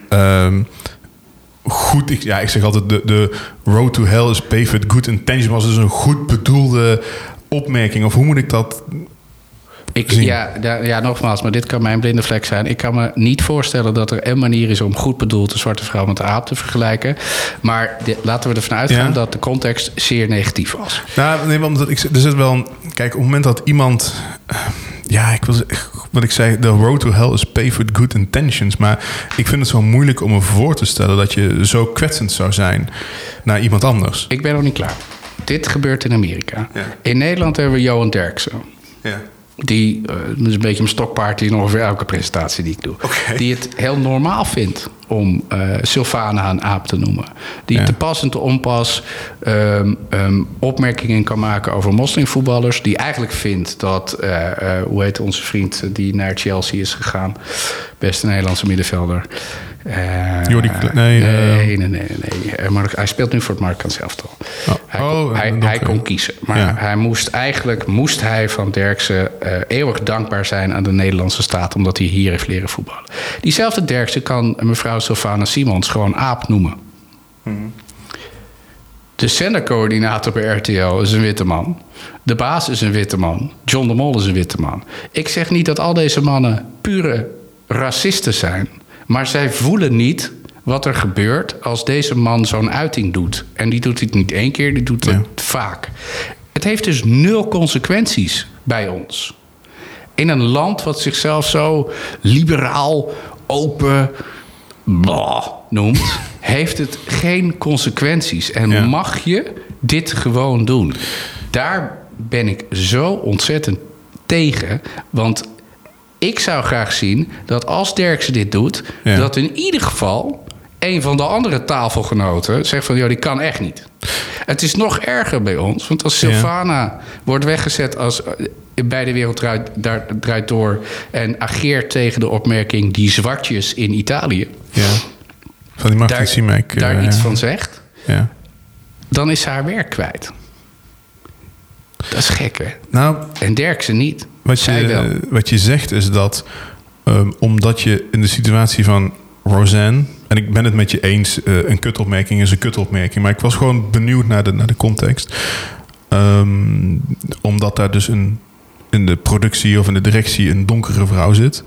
S1: goed, ik zeg altijd, de road to hell is paved with good intention. Was dus een goed bedoelde opmerking? Of hoe moet ik dat zien?
S2: Nogmaals, maar dit kan mijn blinde vlek zijn. Ik kan me niet voorstellen dat er een manier is om goed bedoeld de zwarte vrouw met de aap te vergelijken. Maar laten we ervan uitgaan dat de context zeer negatief was.
S1: Nou, nee, want er zit wel kijk, op het moment dat iemand wat ik zei, the road to hell is paved with good intentions. Maar ik vind het zo moeilijk om me voor te stellen dat je zo kwetsend zou zijn naar iemand anders.
S2: Ik ben nog niet klaar. Dit gebeurt in Amerika. Ja. In Nederland hebben we Johan Derksen. Ja. Die is een beetje een stokpaard in ongeveer elke presentatie die ik doe. Okay. Die het heel normaal vindt om Sylvana een aap te noemen. Die te pas en te onpas opmerkingen kan maken over moslimvoetballers. Die eigenlijk vindt dat, hoe heet onze vriend die naar Chelsea is gegaan? Beste Nederlandse middenvelder. Nee. Maar hij speelt nu voor het Marokkaanse elftal. Hij kon kiezen. Maar hij moest hij van Derksen eeuwig dankbaar zijn aan de Nederlandse staat, omdat hij hier heeft leren voetballen. Diezelfde Derksen kan mevrouw Sylvana Simons gewoon aap noemen. Hmm. De zendercoördinator bij RTL is een witte man. De baas is een witte man. John de Mol is een witte man. Ik zeg niet dat al deze mannen pure racisten zijn, maar zij voelen niet wat er gebeurt als deze man zo'n uiting doet. En die doet het niet 1 keer, die doet het vaak. Het heeft dus 0 consequenties bij ons. In een land wat zichzelf zo liberaal, open, noemt, heeft het geen consequenties. En mag je dit gewoon doen. Daar ben ik zo ontzettend tegen, want ik zou graag zien dat als Derksen dit doet, dat in ieder geval een van de andere tafelgenoten zegt van, die kan echt niet. Het is nog erger bij ons, want als Sylvana wordt weggezet als bij De Wereld Draait Door en ageert tegen de opmerking die zwartjes in Italië,
S1: van die Martin Simek,
S2: daar iets van zegt, dan is ze haar werk kwijt. Dat is gek, hè?
S1: Nou,
S2: en Derksen niet.
S1: wat je zegt is dat omdat je in de situatie van Roseanne, en ik ben het met je eens, een kutopmerking is een kutopmerking, maar ik was gewoon benieuwd naar de context. Omdat daar dus in de productie of in de directie een donkere vrouw zit,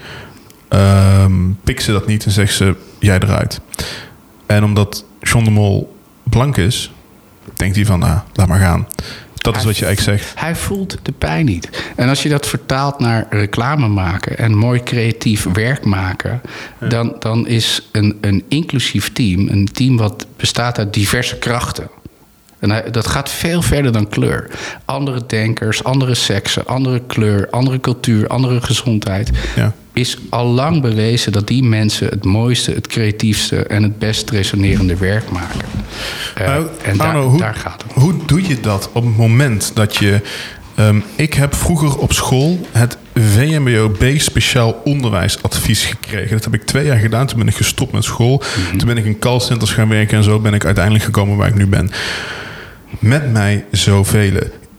S1: pikt ze dat niet en zegt ze, jij eruit. En omdat John de Mol blank is, denkt hij van, laat maar gaan. Dat is wat je eigenlijk zegt.
S2: Hij voelt de pijn niet. En als je dat vertaalt naar reclame maken en mooi creatief werk maken, dan is een inclusief team een team wat bestaat uit diverse krachten. En dat gaat veel verder dan kleur. Andere denkers, andere seksen, andere kleur, andere cultuur, andere gezondheid. Ja. Is al lang bewezen dat die mensen het mooiste, het creatiefste en het best resonerende werk maken. En
S1: Arno,
S2: daar gaat het.
S1: Hoe doe je dat op het moment dat je... ik heb vroeger op school het VMBO-B speciaal onderwijsadvies gekregen. Dat heb ik 2 jaar gedaan. Toen ben ik gestopt met school. Mm-hmm. Toen ben ik in callcenters gaan werken en zo ben ik uiteindelijk gekomen waar ik nu ben. Met mij zoveel.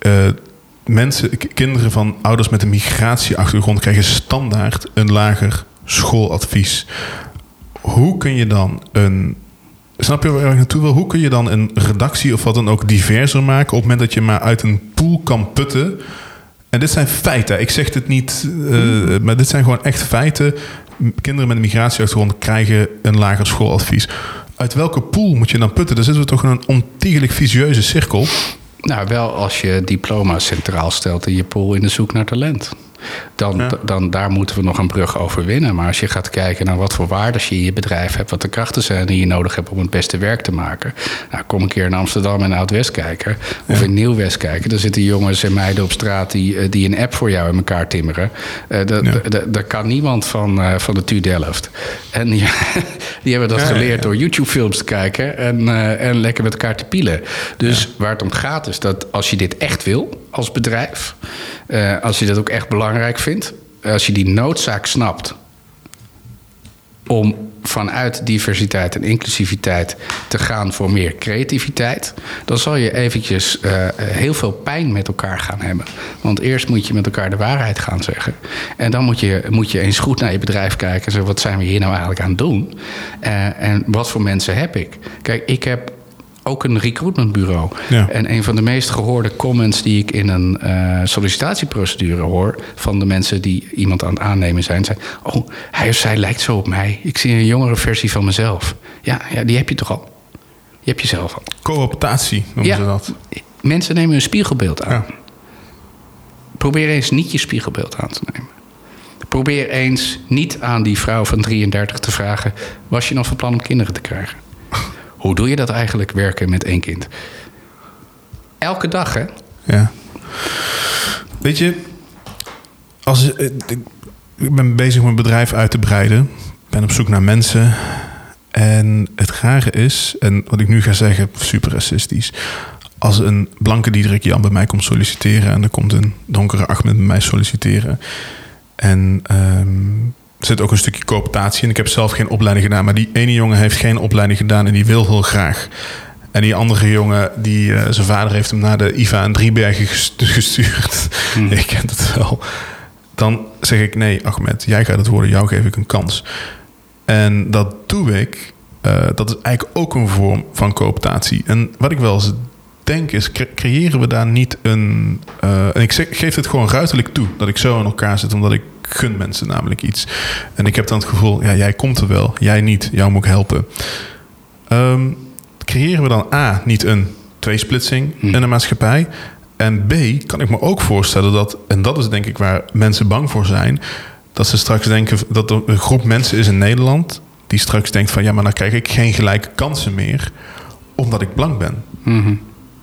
S1: Kinderen van ouders met een migratieachtergrond krijgen standaard een lager schooladvies. Hoe kun je dan snap je waar ik naartoe wil? Hoe kun je dan een redactie of wat dan ook diverser maken op het moment dat je maar uit een pool kan putten? En dit zijn feiten. Ik zeg het niet, maar dit zijn gewoon echt feiten. Kinderen met een migratieachtergrond krijgen een lager schooladvies. Uit welke pool moet je dan putten? Dan zitten we toch in een ontiegelijk vicieuze cirkel.
S2: Nou, wel als je diploma centraal stelt in je pool in de zoek naar talent. Dan daar moeten we nog een brug overwinnen. Maar als je gaat kijken naar wat voor waardes je in je bedrijf hebt, wat de krachten zijn die je nodig hebt om het beste werk te maken. Nou, kom een keer in Amsterdam en Oud-West kijken. Of in Nieuw-West kijken. Er zitten jongens en meiden op straat die een app voor jou in elkaar timmeren. Daar kan niemand van de TU Delft. En die hebben dat geleerd door YouTube-films te kijken en lekker met elkaar te pielen. Dus waar het om gaat is dat als je dit echt wil als bedrijf, als je dat ook echt belangrijk vindt, als je die noodzaak snapt om vanuit diversiteit en inclusiviteit te gaan voor meer creativiteit, dan zal je eventjes heel veel pijn met elkaar gaan hebben. Want eerst moet je met elkaar de waarheid gaan zeggen. En dan moet je eens goed naar je bedrijf kijken en zeggen, wat zijn we hier nou eigenlijk aan het doen? En wat voor mensen heb ik? Kijk, ik heb ook een recruitmentbureau. Ja. En een van de meest gehoorde comments die ik in een sollicitatieprocedure hoor van de mensen die iemand aan het aannemen zijn, oh, hij of zij lijkt zo op mij. Ik zie een jongere versie van mezelf. Ja, die heb je toch al? Je hebt jezelf al.
S1: Cooptatie noemen ze dat.
S2: Mensen nemen een spiegelbeeld aan. Ja. Probeer eens niet je spiegelbeeld aan te nemen. Probeer eens niet aan die vrouw van 33 te vragen, was je nog van plan om kinderen te krijgen? Hoe doe je dat eigenlijk, werken met 1 kind? Elke dag, hè? Ja.
S1: Weet je, ik ben bezig om mijn bedrijf uit te breiden. Ik ben op zoek naar mensen. En het rare is, en wat ik nu ga zeggen, super racistisch. Als een blanke Diederik Jan bij mij komt solliciteren en er komt een donkere Ahmed bij mij solliciteren. En er zit ook een stukje cooptatie in. Ik heb zelf geen opleiding gedaan, maar die ene jongen heeft geen opleiding gedaan en die wil heel graag. En die andere jongen, zijn vader heeft hem naar de IVA en Driebergen gestuurd. Je kent het wel. Dan zeg ik, nee Ahmed, jij gaat het worden, jou geef ik een kans. En dat doe ik. Dat is eigenlijk ook een vorm van cooptatie. En wat ik wel eens denk is, creëren we daar niet een... en ik geef het gewoon ruiterlijk toe, dat ik zo in elkaar zit, omdat ik gun mensen namelijk iets. En ik heb dan het gevoel, ja, jij komt er wel, jij niet, jou moet ik helpen. Creëren we dan A, niet een tweesplitsing in de maatschappij? En B, kan ik me ook voorstellen dat, en dat is denk ik waar mensen bang voor zijn, dat ze straks denken dat er een groep mensen is in Nederland die straks denkt van, ja, maar dan krijg ik geen gelijke kansen meer, omdat ik blank ben.
S2: Mm-hmm.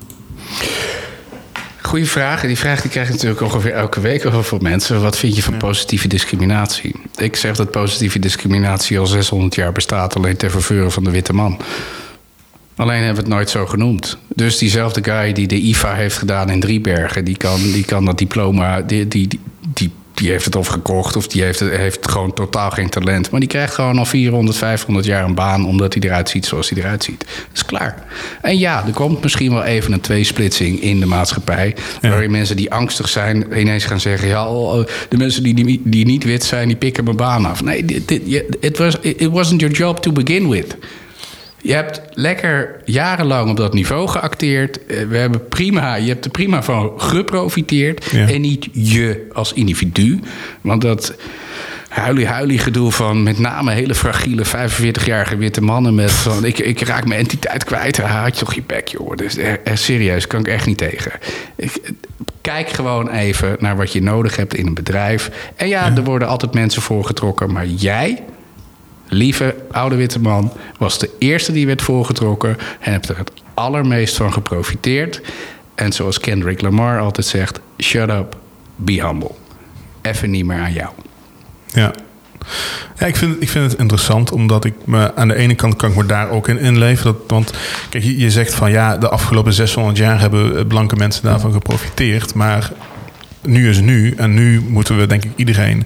S2: Goeie vraag. Die vraag die krijg je natuurlijk ongeveer elke week over van mensen. Wat vind je van positieve discriminatie? Ik zeg dat positieve discriminatie al 600 jaar bestaat, alleen ter verveuren van de witte man. Alleen hebben we het nooit zo genoemd. Dus diezelfde guy die de IVA heeft gedaan in Driebergen, die kan dat diploma, die die heeft het of gekocht of die heeft gewoon totaal geen talent. Maar die krijgt gewoon al 400, 500 jaar een baan omdat hij eruit ziet zoals hij eruit ziet. Dat is klaar. En ja, er komt misschien wel even een tweesplitsing in de maatschappij. Ja. Waarin mensen die angstig zijn ineens gaan zeggen... ja, de mensen die niet wit zijn, die pikken mijn baan af. Nee, it wasn't your job to begin with. Je hebt lekker jarenlang op dat niveau geacteerd. Je hebt er prima van geprofiteerd. Ja. En niet je als individu. Want dat huilie gedoe van met name hele fragiele 45-jarige witte mannen met van ik raak mijn entiteit kwijt. Haat je toch je bek, joh. Dus serieus, kan ik echt niet tegen. Kijk gewoon even naar wat je nodig hebt in een bedrijf. En ja, er worden altijd mensen voorgetrokken, maar jij, lieve oude witte man, was de eerste die werd voorgetrokken en hebt er het allermeest van geprofiteerd. En zoals Kendrick Lamar altijd zegt, shut up, be humble. Even niet meer aan jou.
S1: Ja, ik vind het interessant, omdat ik me aan de ene kant kan ik me daar ook in inleven. Want kijk, je zegt van ja, de afgelopen 600 jaar hebben blanke mensen daarvan geprofiteerd. Maar nu is nu en nu moeten we denk ik iedereen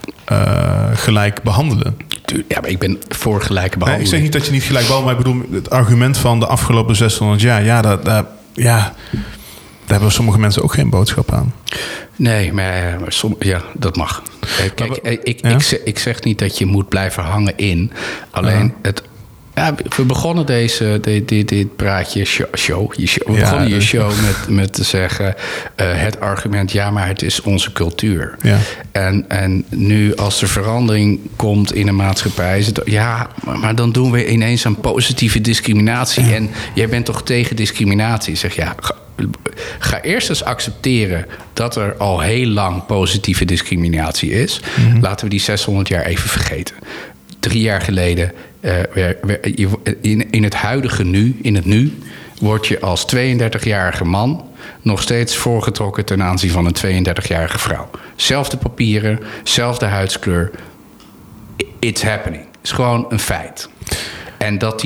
S1: gelijk behandelen.
S2: Ja, maar ik ben voor gelijke behandeling.
S1: Nee, ik zeg niet dat je niet gelijk behandelt, maar ik bedoel het argument van de afgelopen 600 jaar. Daar hebben sommige mensen ook geen boodschap aan.
S2: Nee, maar dat mag. Kijk, ik zeg niet dat je moet blijven hangen in. Alleen we begonnen dit praatje show. We begonnen je show met te zeggen het argument, ja, maar het is onze cultuur. Ja. En nu als er verandering komt in een maatschappij, is het, ja, maar dan doen we ineens aan positieve discriminatie. Ja. En jij bent toch tegen discriminatie? Zeg ja. Ga eerst eens accepteren dat er al heel lang positieve discriminatie is. Mm-hmm. Laten we die 600 jaar even vergeten. 3 jaar geleden, in het huidige nu, in het nu, word je als 32-jarige man nog steeds voorgetrokken ten aanzien van een 32-jarige vrouw. Zelfde papieren, zelfde huidskleur. It's happening. Het is gewoon een feit. En dat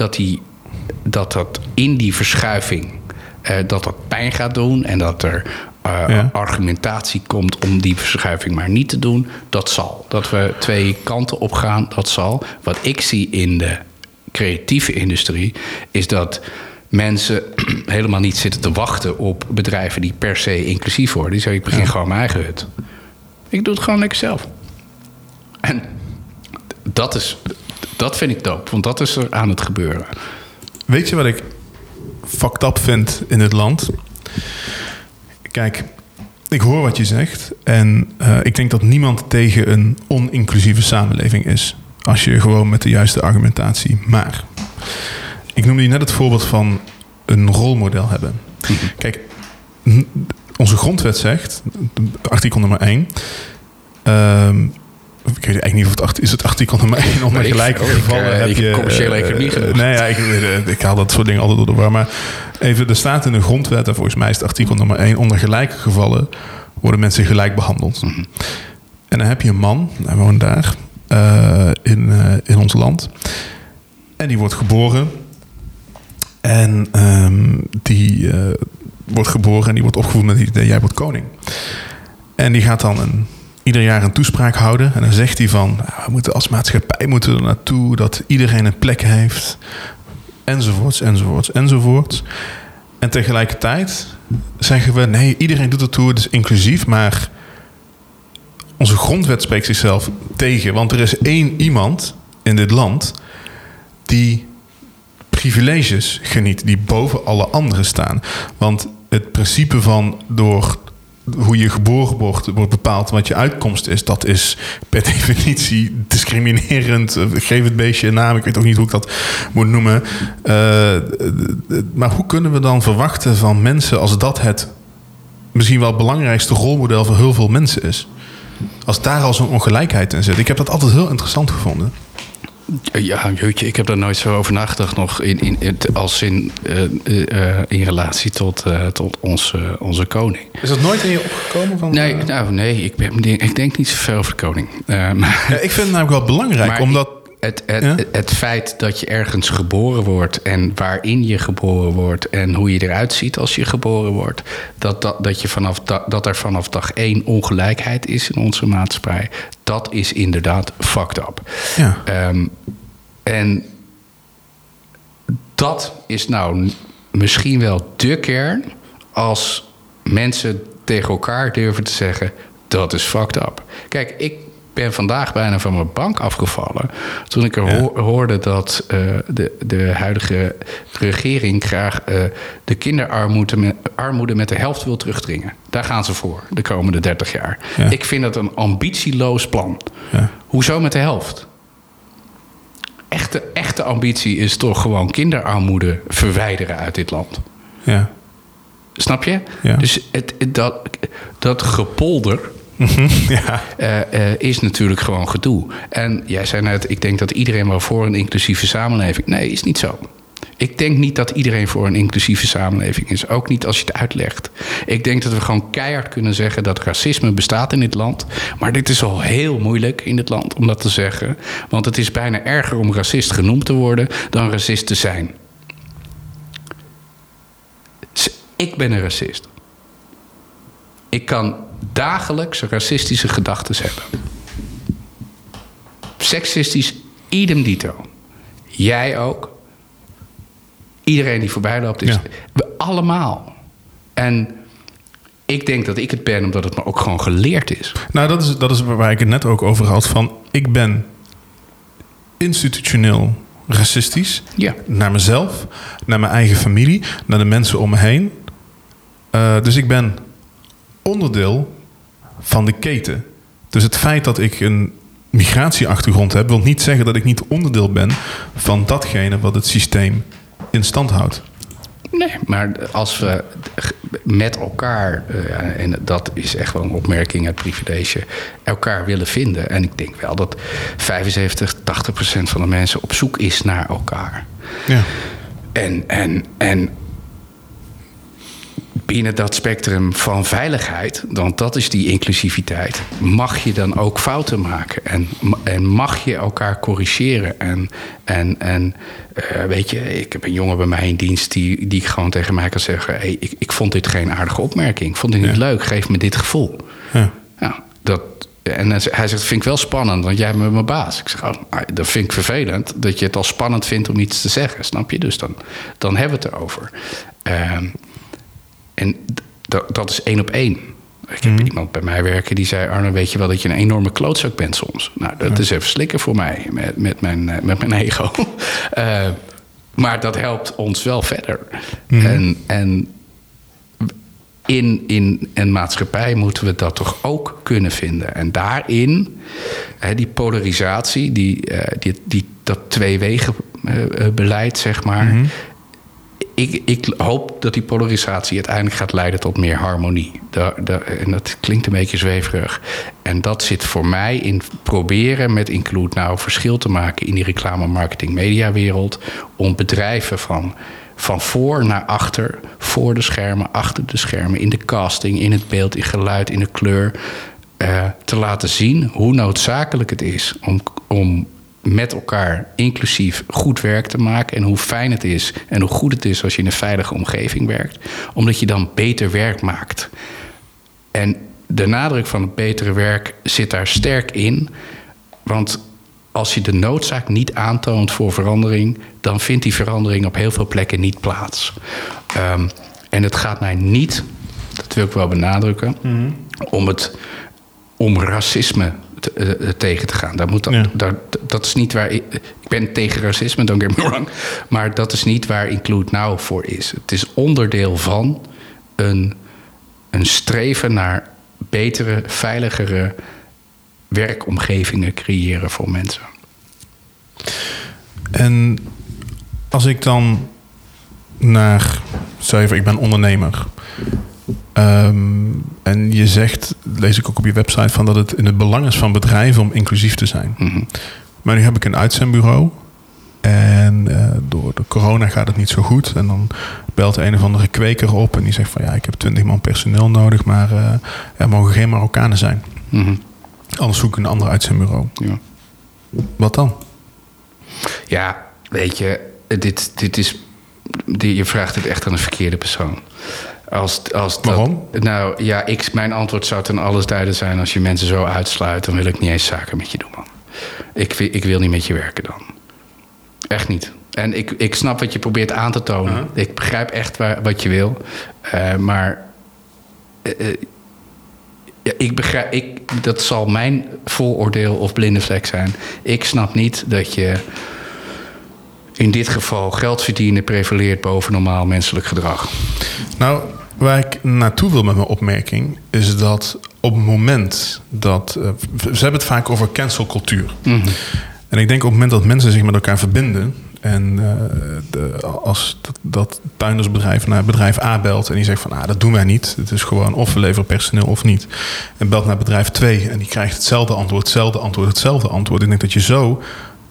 S2: in die verschuiving dat pijn gaat doen en dat er argumentatie komt om die verschuiving maar niet te doen, dat zal. Dat we 2 kanten op gaan, dat zal. Wat ik zie in de creatieve industrie is dat mensen helemaal niet zitten te wachten op bedrijven die per se inclusief worden. Die zeggen, ik begin gewoon mijn eigen hut. Ik doe het gewoon lekker zelf. En dat vind ik dope, want dat is er aan het gebeuren.
S1: Weet je wat ik fucked up vind in het land? Kijk, ik hoor wat je zegt. En ik denk dat niemand tegen een oниnclusieve samenleving is. Als je gewoon met de juiste argumentatie. Maar ik noemde je net het voorbeeld van een rolmodel hebben. Mm-hmm. Kijk, onze grondwet zegt, artikel nummer 1... ik weet eigenlijk niet of het is het artikel nummer 1 onder gelijke gevallen heb je
S2: commerciële economie genoemd.
S1: Ik haal dat soort dingen altijd door de war. Maar even, er staat in de grondwet, en volgens mij is het artikel nummer 1... onder gelijke gevallen worden mensen gelijk behandeld. Mm-hmm. En dan heb je een man, hij woont daar in ons land. En die wordt geboren. En die wordt geboren en die wordt opgevoed met het idee, jij wordt koning. En die gaat dan ieder jaar een toespraak houden. En dan zegt hij van, we moeten als maatschappij er naartoe, dat iedereen een plek heeft. Enzovoorts. En tegelijkertijd zeggen we, nee, iedereen doet ertoe, het is inclusief, maar onze grondwet spreekt zichzelf tegen. Want er is 1 iemand in dit land die privileges geniet, die boven alle anderen staan. Want het principe van door hoe je geboren wordt bepaald wat je uitkomst is, dat is per definitie discriminerend. Geef het beestje een naam, ik weet ook niet hoe ik dat moet noemen. Maar hoe kunnen we dan verwachten van mensen als dat het misschien wel belangrijkste rolmodel voor heel veel mensen is? Als daar al zo'n ongelijkheid in zit. Ik heb dat altijd heel interessant gevonden.
S2: Ja, jeetje, ik heb daar nooit zo over nagedacht nog in relatie tot onze koning.
S1: Is dat nooit in je opgekomen?
S2: Nee, ik denk niet zoveel over de koning.
S1: Ja, ik vind het namelijk wel belangrijk, omdat
S2: Het feit dat je ergens geboren wordt en waarin je geboren wordt en hoe je eruit ziet als je geboren wordt, dat er vanaf dag 1 ongelijkheid is in onze maatschappij, dat is inderdaad fucked up.
S1: Ja.
S2: En dat is nou misschien wel de kern als mensen tegen elkaar durven te zeggen, dat is fucked up. Kijk, ik ben vandaag bijna van mijn bank afgevallen toen ik hoorde dat de huidige regering graag de kinderarmoede met de helft wil terugdringen. Daar gaan ze voor de komende 30 jaar. Ja. Ik vind dat een ambitieloos plan. Ja. Hoezo met de helft? Echte ambitie is toch gewoon kinderarmoede verwijderen uit dit land. Ja. Snap je? Ja. Dus dat gepolder is natuurlijk gewoon gedoe. En jij zei net, ik denk dat iedereen wel voor een inclusieve samenleving. Nee, is niet zo. Ik denk niet dat iedereen voor een inclusieve samenleving is. Ook niet als je het uitlegt. Ik denk dat we gewoon keihard kunnen zeggen dat racisme bestaat in dit land. Maar dit is al heel moeilijk in dit land om dat te zeggen. Want het is bijna erger om racist genoemd te worden dan racist te zijn. Ik ben een racist. Ik kan dagelijks racistische gedachten hebben. Seksistisch, idem dito. Jij ook. Iedereen die voorbij loopt, is we allemaal. En ik denk dat ik het ben omdat het me ook gewoon geleerd is.
S1: Nou, dat is waar ik het net ook over had. Van, ik ben institutioneel racistisch. Ja. Naar mezelf, naar mijn eigen familie, naar de mensen om me heen. Dus ik ben onderdeel van de keten. Dus het feit dat ik een migratieachtergrond heb, wil niet zeggen dat ik niet onderdeel ben van datgene wat het systeem in stand houdt.
S2: Nee, maar als we met elkaar, en dat is echt wel een opmerking uit privilege, elkaar willen vinden. En ik denk wel dat 75, 80% van de mensen op zoek is naar elkaar. Ja. En binnen dat spectrum van veiligheid, want dat is die inclusiviteit, mag je dan ook fouten maken en mag je elkaar corrigeren. En weet je, ik heb een jongen bij mij in dienst die gewoon tegen mij kan zeggen, hey, ik vond dit geen aardige opmerking, vond dit niet leuk, geef me dit gevoel. Ja. En hij zegt, vind ik wel spannend, want jij bent mijn baas. Ik zeg, dat vind ik vervelend, dat je het al spannend vindt om iets te zeggen, snap je? Dus dan hebben we het erover. En dat is 1 op 1. Ik heb iemand bij mij werken die zei, Arno, weet je wel dat je een enorme klootzak bent soms? Nou, dat is even slikken voor mij met mijn ego. Maar dat helpt ons wel verder. En in een maatschappij moeten we dat toch ook kunnen vinden. En daarin, die polarisatie, dat tweewegenbeleid, zeg maar. Ik hoop dat die polarisatie uiteindelijk gaat leiden tot meer harmonie. En dat klinkt een beetje zweverig. En dat zit voor mij in proberen met Include nou verschil te maken in die reclame, marketing, mediawereld. Om bedrijven van voor naar achter, voor de schermen, achter de schermen, in de casting, in het beeld, in geluid, in de kleur, te laten zien hoe noodzakelijk het is om met elkaar inclusief goed werk te maken. En hoe fijn het is en hoe goed het is als je in een veilige omgeving werkt. Omdat je dan beter werk maakt. En de nadruk van het betere werk zit daar sterk in. Want als je de noodzaak niet aantoont voor verandering, dan vindt die verandering op heel veel plekken niet plaats. En het gaat mij niet, dat wil ik wel benadrukken, om racisme tegen te gaan. Dat is niet waar ik ben tegen racisme, don't get me wrong. Maar dat is niet waar Include Now voor is. Het is onderdeel van een streven naar betere, veiligere werkomgevingen creëren voor mensen.
S1: En als ik dan ik ben ondernemer. En je zegt, lees ik ook op je website, van dat het in het belang is van bedrijven om inclusief te zijn. Maar nu heb ik een uitzendbureau. En door de corona gaat het niet zo goed. En dan belt een of andere kweker op en die zegt van, ja, ik heb 20 man personeel nodig, maar er mogen geen Marokkanen zijn. Anders zoek ik een ander uitzendbureau. Ja. Wat dan?
S2: Ja, weet je, dit is... Je vraagt het echt aan een verkeerde persoon.
S1: Waarom?
S2: Nou ja, mijn antwoord zou ten alles duiden zijn... als je mensen zo uitsluit, dan wil ik niet eens zaken met je doen, man. Ik wil niet met je werken dan. Echt niet. En ik snap wat je probeert aan te tonen. Uh-huh. Ik begrijp echt wat je wil. Maar... dat zal mijn vooroordeel of blinde vlek zijn. Ik snap niet dat je in dit geval geld verdienen prevaleert boven normaal menselijk gedrag.
S1: Nou, waar ik naartoe wil met mijn opmerking is dat op het moment dat... ze hebben het vaak over cancelcultuur. Mm-hmm. En ik denk op het moment dat mensen zich met elkaar verbinden... en als dat tuindersbedrijf naar bedrijf A belt... en die zegt van, dat doen wij niet. Het is gewoon of we leveren personeel of niet. En belt naar bedrijf 2 en die krijgt hetzelfde antwoord. Ik denk dat je zo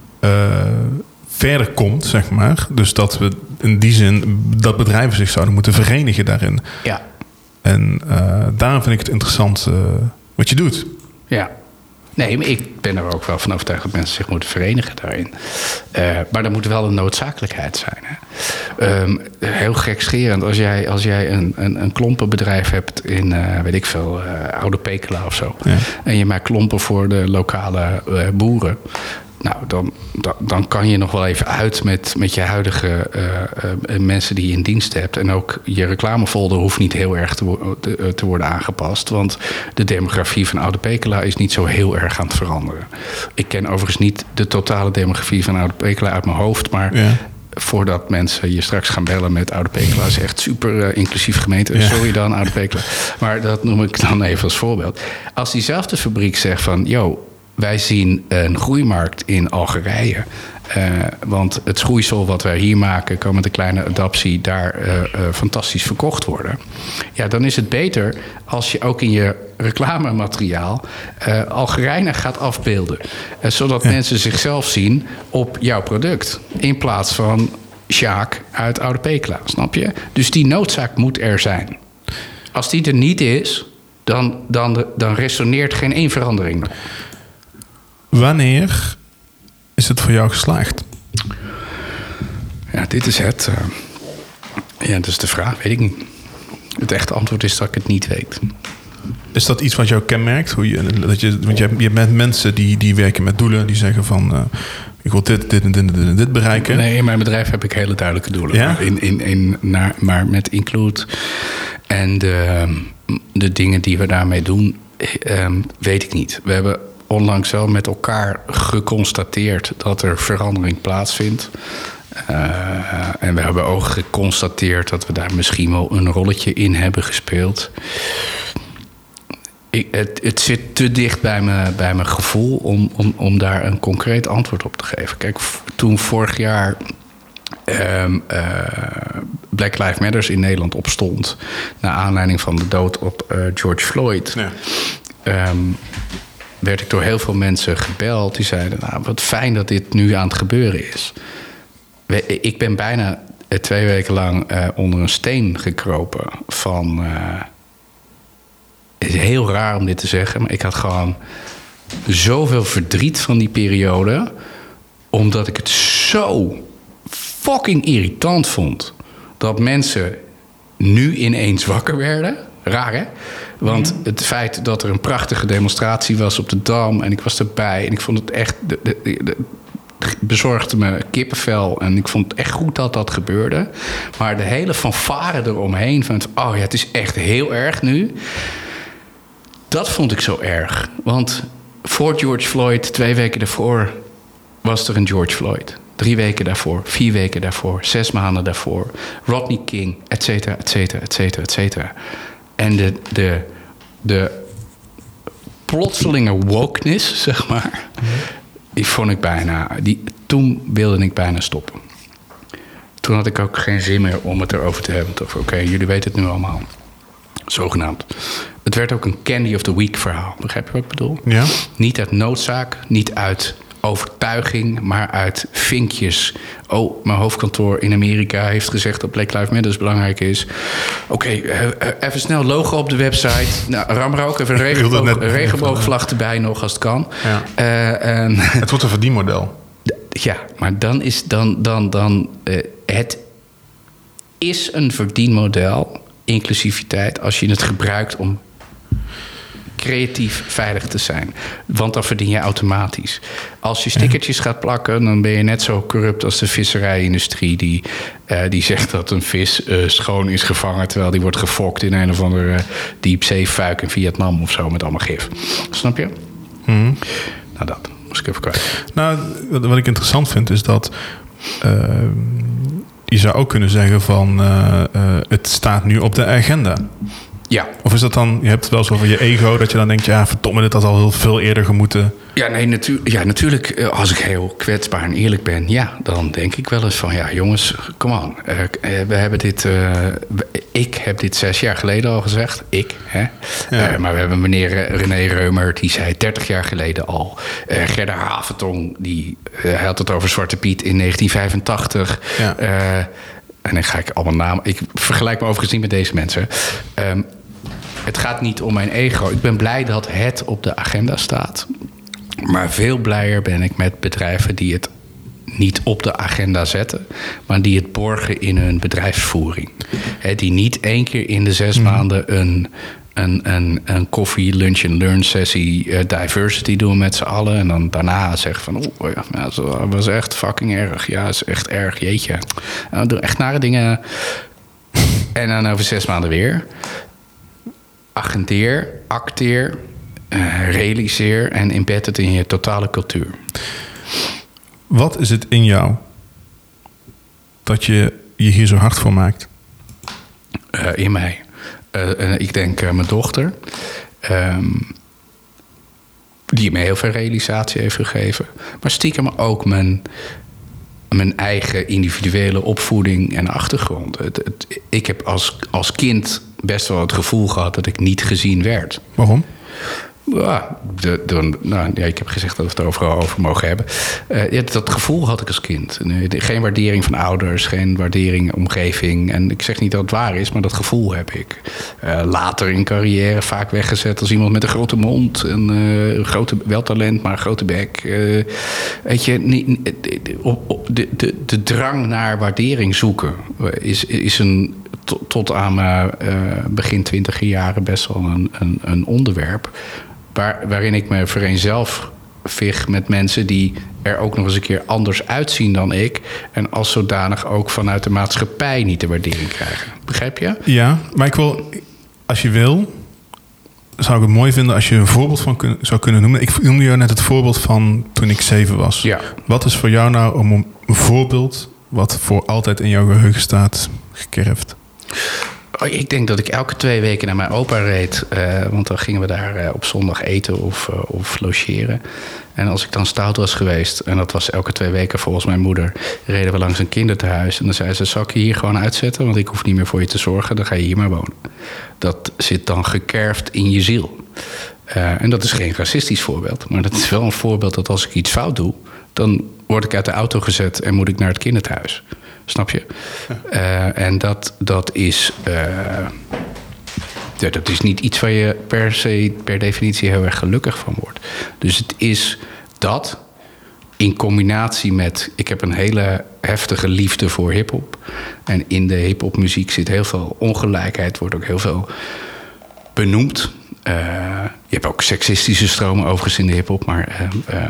S1: verder komt, zeg maar. Dus dat we in die zin... dat bedrijven zich zouden moeten verenigen daarin.
S2: Ja.
S1: En daarom vind ik het interessant wat je doet.
S2: Ja. Nee, maar ik ben er ook wel van overtuigd dat mensen zich moeten verenigen daarin. Maar er moet wel een noodzakelijkheid zijn. Hè? Heel gekscherend, als jij een klompenbedrijf hebt in, weet ik veel, Oude Pekela of zo. Ja. En je maakt klompen voor de lokale boeren. Nou, dan kan je nog wel even uit met je huidige mensen die je in dienst hebt. En ook je reclamefolder hoeft niet heel erg te worden aangepast. Want de demografie van Oude Pekela is niet zo heel erg aan het veranderen. Ik ken overigens niet de totale demografie van Oude Pekela uit mijn hoofd. Maar voordat mensen je straks gaan bellen met Oude Pekela... is echt super inclusief gemeente. Ja. Sorry dan, Oude Pekela. Maar dat noem ik dan even als voorbeeld. Als diezelfde fabriek zegt van... wij zien een groeimarkt in Algerije. Want het schoeisel wat wij hier maken... kan met een kleine adaptie daar fantastisch verkocht worden. Ja, dan is het beter als je ook in je reclamemateriaal... Algerijnen gaat afbeelden. Zodat mensen zichzelf zien op jouw product. In plaats van Sjaak uit Oude Pekela, snap je? Dus die noodzaak moet er zijn. Als die er niet is, dan resoneert geen één verandering.
S1: Wanneer is het voor jou geslaagd?
S2: Ja, dit is het. Dat is de vraag, weet ik niet. Het echte antwoord is dat ik het niet weet.
S1: Is dat iets wat jou kenmerkt? Want je hebt met mensen die werken met doelen, die zeggen van... ik wil dit bereiken.
S2: Nee, in mijn bedrijf heb ik hele duidelijke doelen. Ja? Maar met include en de dingen die we daarmee doen, weet ik niet. We hebben onlangs wel met elkaar geconstateerd dat er verandering plaatsvindt. En we hebben ook geconstateerd dat we daar misschien wel een rolletje in hebben gespeeld. Het zit te dicht bij mijn gevoel om daar een concreet antwoord op te geven. Kijk, toen vorig jaar Black Lives Matter in Nederland opstond... naar aanleiding van de dood op George Floyd... Ja. Werd ik door heel veel mensen gebeld. Die zeiden, wat fijn dat dit nu aan het gebeuren is. Ik ben bijna 2 weken lang onder een steen gekropen van... Het is heel raar om dit te zeggen, maar ik had gewoon zoveel verdriet van die periode... omdat ik het zo fucking irritant vond... dat mensen nu ineens wakker werden. Raar, hè? Want het feit dat er een prachtige demonstratie was op de Dam... en ik was erbij en ik vond het echt... bezorgde me kippenvel en ik vond het echt goed dat dat gebeurde. Maar de hele fanfare eromheen van... het is echt heel erg nu... Dat vond ik zo erg. Want voor George Floyd, 2 weken daarvoor... was er een George Floyd. 3 weken daarvoor, 4 weken daarvoor... 6 maanden daarvoor. Rodney King, et cetera, et cetera, et cetera, et cetera. En de plotselinge wokeness, zeg maar... die vond ik bijna... Toen wilde ik bijna stoppen. Toen had ik ook geen zin meer om het erover te hebben. Oké, jullie weten het nu allemaal. Zogenaamd. Het werd ook een Candy of the Week verhaal. Begrijp je wat ik bedoel? Ja. Niet uit noodzaak, niet uit overtuiging, maar uit vinkjes. Mijn hoofdkantoor in Amerika heeft gezegd dat Black Lives Matter belangrijk is. Oké, even snel logo op de website. Nou, ram er ook even een regenboogvlag erbij nog als het kan. Ja.
S1: Het wordt een verdienmodel.
S2: maar dan is het is een verdienmodel, inclusiviteit, als je het gebruikt om creatief veilig te zijn. Want dan verdien je automatisch. Als je stickertjes gaat plakken, dan ben je net zo corrupt als de visserijindustrie die zegt dat een vis schoon is gevangen, terwijl die wordt gefokt in een of andere diepzeefuik in Vietnam of zo met allemaal gif. Snap je?
S1: Mm.
S2: Nou, dat moest ik even kwijt.
S1: Nou, wat ik interessant vind is dat je zou ook kunnen zeggen van het staat nu op de agenda.
S2: Ja.
S1: Of is dat dan, je hebt het wel zo van je ego, dat je dan denkt, ja, verdomme, dit had al heel veel eerder gemoeten.
S2: Ja, nee, natuurlijk, als ik heel kwetsbaar en eerlijk ben, ja, dan denk ik wel eens van, ja, jongens, come on. We hebben dit, ik heb dit 6 jaar geleden al gezegd, Ja. Maar we hebben meneer René Reumer, die zei 30 jaar geleden al. Gerda Haventong, die had het over Zwarte Piet in 1985. Ja. En dan ga ik allemaal namen. Ik vergelijk me overigens niet met deze mensen. Het gaat niet om mijn ego. Ik ben blij dat het op de agenda staat. Maar veel blijer ben ik met bedrijven die het niet op de agenda zetten, maar die het borgen in hun bedrijfsvoering. Die niet 1 keer in de 6 maanden een koffie, lunch en learn sessie diversity doen met z'n allen. En dan daarna zeggen van, dat was echt fucking erg. Ja, dat is echt erg, jeetje. We doen echt nare dingen. En dan over 6 maanden weer. Agendeer, acteer, realiseer en embed het in je totale cultuur.
S1: Wat is het in jou dat je hier zo hard voor maakt?
S2: In mij. Ik denk mijn dochter. Die me heel veel realisatie heeft gegeven. Maar stiekem ook mijn eigen individuele opvoeding en achtergrond. Ik heb als kind best wel het gevoel gehad dat ik niet gezien werd.
S1: Waarom?
S2: Ja, ik heb gezegd dat we het overal over mogen hebben. Dat gevoel had ik als kind. Geen waardering van ouders, geen waardering omgeving. En ik zeg niet dat het waar is, maar dat gevoel heb ik. Later in carrière vaak weggezet als iemand met een grote mond. Wel talent, maar een grote bek. Weet je, de drang naar waardering zoeken is een tot aan mijn begin 20 jaren best wel een onderwerp. Waarin ik me vereenzelvig met mensen die er ook nog eens een keer anders uitzien dan ik. En als zodanig ook vanuit de maatschappij niet de waardering krijgen. Begrijp je?
S1: Ja, maar ik wil, als je wil, zou ik het mooi vinden als je een voorbeeld van zou kunnen noemen. Ik noemde jou net het voorbeeld van toen ik 7 was. Ja. Wat is voor jou nou een voorbeeld wat voor altijd in jouw geheugen staat gekerfd?
S2: Ik denk dat ik elke 2 weken naar mijn opa reed. Want dan gingen we daar op zondag eten of logeren. En als ik dan stout was geweest, en dat was elke 2 weken volgens mijn moeder, reden we langs een kinderthuis. En dan zei ze, zal ik je hier gewoon uitzetten? Want ik hoef niet meer voor je te zorgen, dan ga je hier maar wonen. Dat zit dan gekerfd in je ziel. En dat is geen racistisch voorbeeld. Maar dat is wel een voorbeeld dat als ik iets fout doe, dan word ik uit de auto gezet en moet ik naar het kinderthuis. Snap je? Ja. En dat is niet iets waar je per definitie heel erg gelukkig van wordt. Dus het is dat in combinatie met, ik heb een hele heftige liefde voor hiphop. En in de hiphopmuziek zit heel veel ongelijkheid, wordt ook heel veel benoemd. Je hebt ook seksistische stromen overigens in de hiphop, maar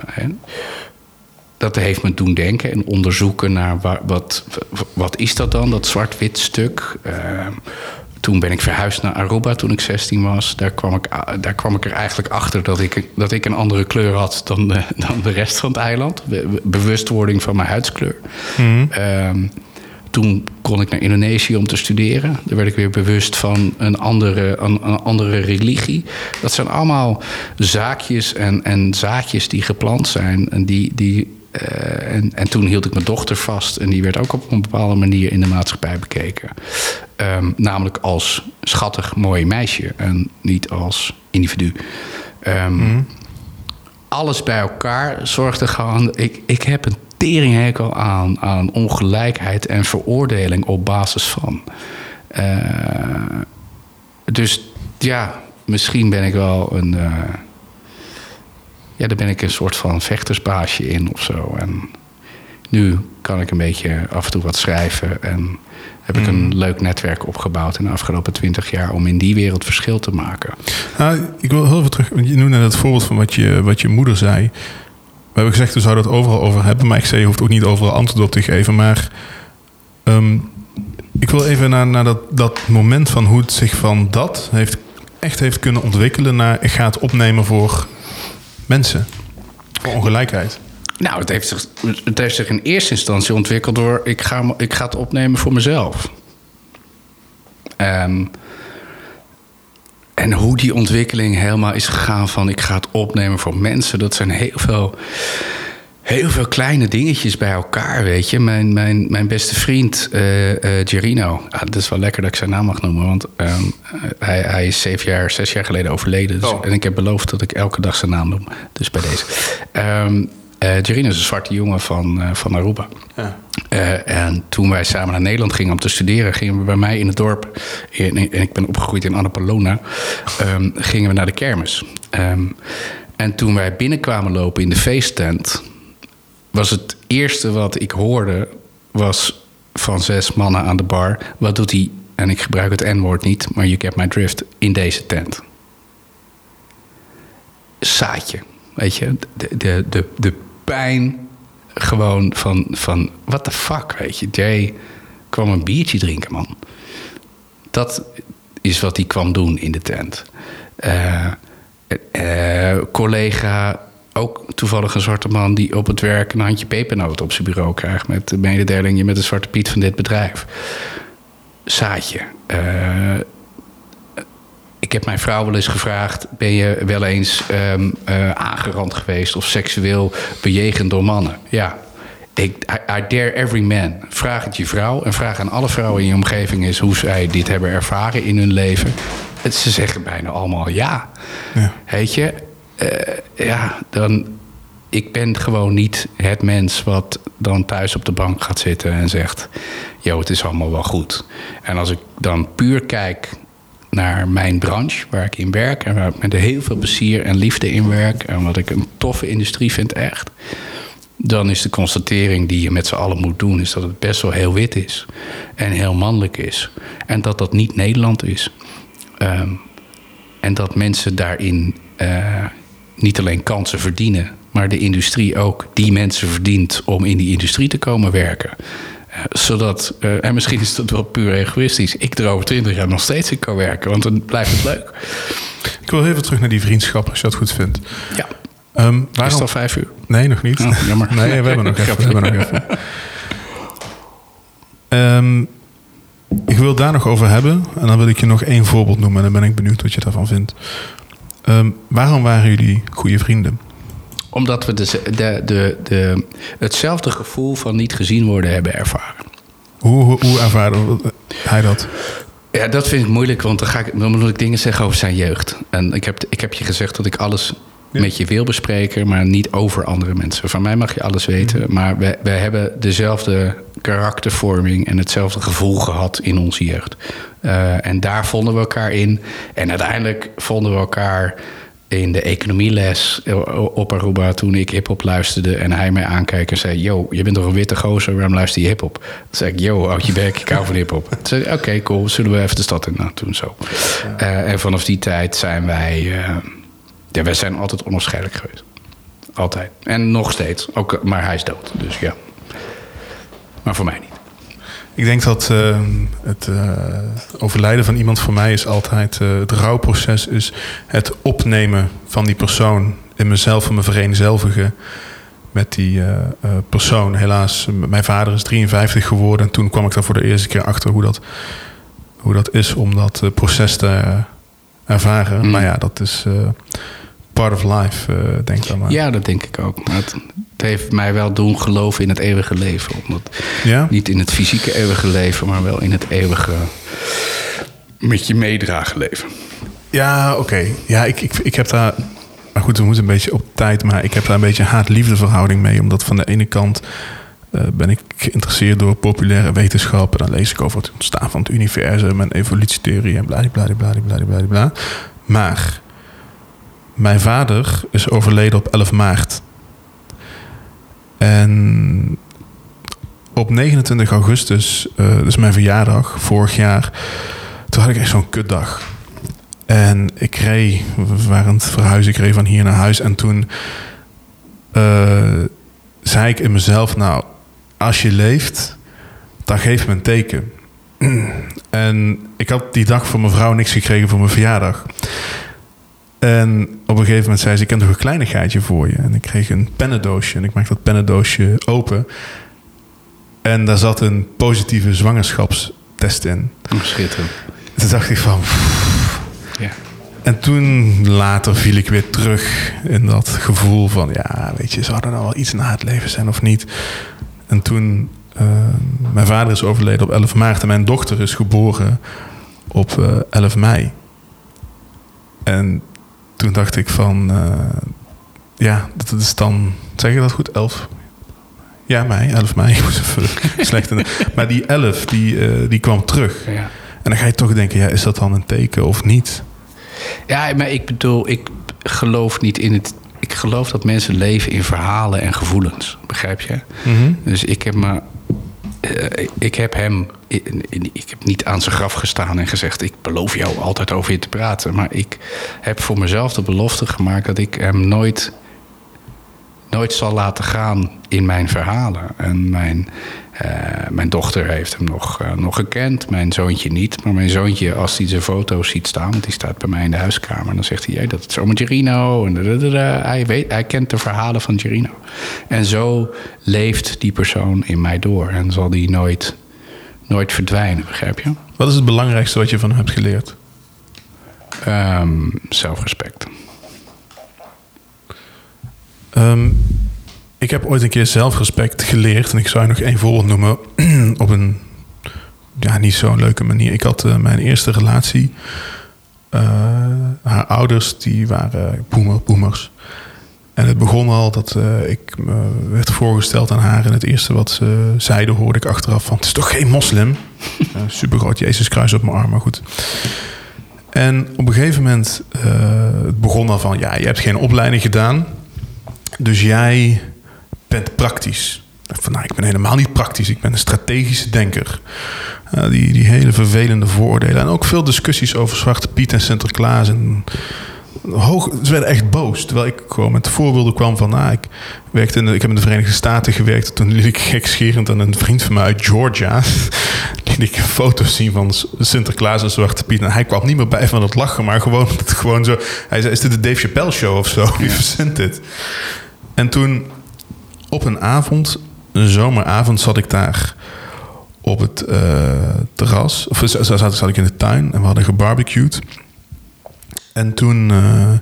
S2: dat heeft me doen denken en onderzoeken naar wat is dat dan, dat zwart-wit stuk. Toen ben ik verhuisd naar Aruba toen ik 16 was. Daar kwam ik er eigenlijk achter dat ik een andere kleur had dan de rest van het eiland. Bewustwording van mijn huidskleur. Mm-hmm. Toen kon ik naar Indonesië om te studeren. Daar werd ik weer bewust van een andere religie. Dat zijn allemaal zaakjes en zaadjes die geplant zijn. En toen hield ik mijn dochter vast. En die werd ook op een bepaalde manier in de maatschappij bekeken. Namelijk als schattig mooi meisje. En niet als individu. Alles bij elkaar zorgde gewoon. Ik heb een teringhekel aan ongelijkheid en veroordeling op basis van. Dus ja, misschien ben ik wel een. Daar ben ik een soort van vechtersbaasje in of zo. En Nu kan ik een beetje af en toe wat schrijven. En heb ik een leuk netwerk opgebouwd in de afgelopen 20 jaar... om in die wereld verschil te maken.
S1: Ik wil heel even terug. Je noemde net het voorbeeld van wat je moeder zei. We hebben gezegd, we zouden het overal over hebben. Maar ik zei, je hoeft ook niet overal antwoord op te geven. Maar ik wil even naar dat moment van hoe het zich van dat heeft kunnen ontwikkelen... naar ik ga het opnemen voor mensen. Voor ongelijkheid.
S2: Nou, het heeft zich in eerste instantie ontwikkeld door... ik ga het opnemen voor mezelf. En hoe die ontwikkeling helemaal is gegaan van... ik ga het opnemen voor mensen... dat zijn heel veel kleine dingetjes bij elkaar, weet je. Mijn beste vriend, Gerino... dat is wel lekker dat ik zijn naam mag noemen... want hij is 6 jaar geleden overleden. Dus, en ik heb beloofd dat ik elke dag zijn naam noem. Dus bij deze... Gerino is een zwarte jongen van Aruba. Ja. En toen wij samen naar Nederland gingen om te studeren... gingen we bij mij in het dorp... en ik ben opgegroeid in Annapolona... gingen we naar de kermis. En toen wij binnenkwamen lopen in de feesttent... was het eerste wat ik hoorde... was van 6 mannen aan de bar... wat doet hij, en ik gebruik het N-woord niet... maar you get my drift, in deze tent. Zaadje. Weet je, de pijn gewoon van what the fuck, weet je. Jay kwam een biertje drinken, man. Dat is wat hij kwam doen in de tent. Collega, ook toevallig een zwarte man... die op het werk een handje pepernoten op zijn bureau krijgt... met de mededeling, je bent de zwarte Piet van dit bedrijf. Zaadje. Ik heb mijn vrouw wel eens gevraagd... ben je wel eens aangerand geweest... of seksueel bejegend door mannen? Ja. I dare every man. Vraag het je vrouw... en vraag aan alle vrouwen in je omgeving... eens hoe zij dit hebben ervaren in hun leven. Ze zeggen bijna allemaal ja. Weet je? Dan... Ik ben gewoon niet het mens wat dan thuis op de bank gaat zitten... en zegt, het is allemaal wel goed. En als ik dan puur kijk... naar mijn branche, waar ik in werk... en waar ik met heel veel plezier en liefde in werk... en wat ik een toffe industrie vind echt... dan is de constatering die je met z'n allen moet doen... is dat het best wel heel wit is en heel mannelijk is. En dat niet Nederland is. En dat mensen daarin niet alleen kansen verdienen... maar de industrie ook die mensen verdient... om in die industrie te komen werken... zodat, en misschien is dat wel puur egoïstisch... ik er over 20 jaar nog steeds in kan werken. Want dan blijft het leuk.
S1: Ik wil even terug naar die vriendschap, als je dat goed vindt.
S2: Ja. Is het al 5 uur?
S1: Nee, nog niet.
S2: Oh, jammer.
S1: Nee, we hebben nog even. Ik wil daar nog over hebben. En dan wil ik je nog 1 voorbeeld noemen. En dan ben ik benieuwd wat je daarvan vindt. Waarom waren jullie goede vrienden?
S2: Omdat we hetzelfde gevoel van niet gezien worden hebben ervaren.
S1: Hoe ervaarde hij dat?
S2: Ja, dat vind ik moeilijk, want dan moet ik dingen zeggen over zijn jeugd. En ik heb je gezegd dat ik alles met je wil bespreken... maar niet over andere mensen. Van mij mag je alles weten, maar we hebben dezelfde karaktervorming... en hetzelfde gevoel gehad in onze jeugd. En daar vonden we elkaar in. En uiteindelijk vonden we elkaar... in de economieles op Aruba toen ik hiphop luisterde... en hij mij aankeek en zei... je bent toch een witte gozer, waarom luister je hiphop? Toen zei ik, houd je bek, ik hou van hiphop. Toen zei ik, oké, cool, zullen we even de stad in? Nou, toen zo. Ja. En vanaf die tijd zijn wij... wij zijn altijd onafscheidelijk geweest. Altijd. En nog steeds. Ook, maar hij is dood, dus ja. Maar voor mij niet.
S1: Ik denk dat het overlijden van iemand voor mij is altijd... het rouwproces is het opnemen van die persoon... in mezelf en me vereenzelvigen met die persoon. Helaas, mijn vader is 53 geworden... en toen kwam ik daar voor de eerste keer achter hoe dat is... om dat proces te ervaren. Maar ja, dat is... part of life, denk ik maar.
S2: Ja, dat denk ik ook. Maar het heeft mij wel doen geloven in het eeuwige leven. Omdat niet in het fysieke eeuwige leven... maar wel in het eeuwige met je meedragen leven.
S1: Ja, oké. Ja, ik heb daar... Maar goed, we moeten een beetje op tijd... maar ik heb daar een beetje een haat-liefde verhouding mee. Omdat van de ene kant... ben ik geïnteresseerd door populaire wetenschap... en dan lees ik over het ontstaan van het universum... en evolutietheorie en bladibladibladibladibladibla. Maar... mijn vader is overleden op 11 maart. En op 29 augustus, dus mijn verjaardag, vorig jaar... Toen had ik echt zo'n kutdag. En we waren aan het verhuizen, ik reed van hier naar huis. En toen zei ik in mezelf... Nou, als je leeft, dan geef me een teken. En ik had die dag van mijn vrouw niks gekregen voor mijn verjaardag. En op een gegeven moment zei ze... Ik heb nog een kleinigheidje voor je. En ik kreeg een pennendoosje. En ik maakte dat pennendoosje open. En daar zat een positieve zwangerschapstest in.
S2: Schitterend.
S1: Toen dacht ik van...
S2: Ja.
S1: En toen later viel ik weer terug in dat gevoel van... Ja, weet je, zou er nou wel iets na het leven zijn of niet? En toen... mijn vader is overleden op 11 maart... en mijn dochter is geboren op 11 mei. En toen dacht ik van... ja, dat is dan... Zeg je dat goed? 11? Ja, mei, 11 mei. Ik moest even slecht in. Maar die 11, die kwam terug.
S2: Ja.
S1: En dan ga je toch denken... Ja, is dat dan een teken of niet?
S2: Ja, maar ik bedoel... Ik geloof niet in het... Ik geloof dat mensen leven in verhalen en gevoelens. Begrijp je?
S1: Mm-hmm.
S2: Dus ik heb niet aan zijn graf gestaan en gezegd... ik beloof jou altijd over je te praten. Maar ik heb voor mezelf de belofte gemaakt... dat ik hem nooit zal laten gaan in mijn verhalen. En mijn dochter heeft hem nog gekend. Mijn zoontje niet. Maar mijn zoontje, als hij zijn foto's ziet staan... want die staat bij mij in de huiskamer... dan zegt hij, dat is oma Gerino. En hij kent de verhalen van Gerino. En zo leeft die persoon in mij door. En zal die nooit verdwijnen, begrijp je?
S1: Wat is het belangrijkste wat je van hem hebt geleerd?
S2: Zelfrespect.
S1: Ik heb ooit een keer zelfrespect geleerd... en ik zou je nog één voorbeeld noemen... op een niet zo'n leuke manier. Ik had mijn eerste relatie... haar ouders, die waren boomers. En het begon al dat ik werd voorgesteld aan haar... en het eerste wat ze zeiden hoorde ik achteraf van... het is toch geen moslim? Super groot Jezuskruis op mijn arm, maar goed... En op een gegeven moment... het begon al van... ja, je hebt geen opleiding gedaan... dus jij bent praktisch. Ik ben helemaal niet praktisch. Ik ben een strategische denker. Die hele vervelende vooroordelen. En ook veel discussies over Zwarte Piet en Sinterklaas. En ze werden echt boos. Terwijl ik gewoon met voorbeelden kwam van... ik heb in de Verenigde Staten gewerkt. Toen liet ik gekscherend aan een vriend van mij uit Georgia... liet ik foto's zien van Sinterklaas en Zwarte Piet. En hij kwam niet meer bij van het lachen. Maar gewoon zo... Hij zei, is dit de Dave Chappelle show of zo? Wie verzint dit? En toen op een zomeravond... zat ik daar op het terras. Of zat ik in de tuin en we hadden gebarbecued. En toen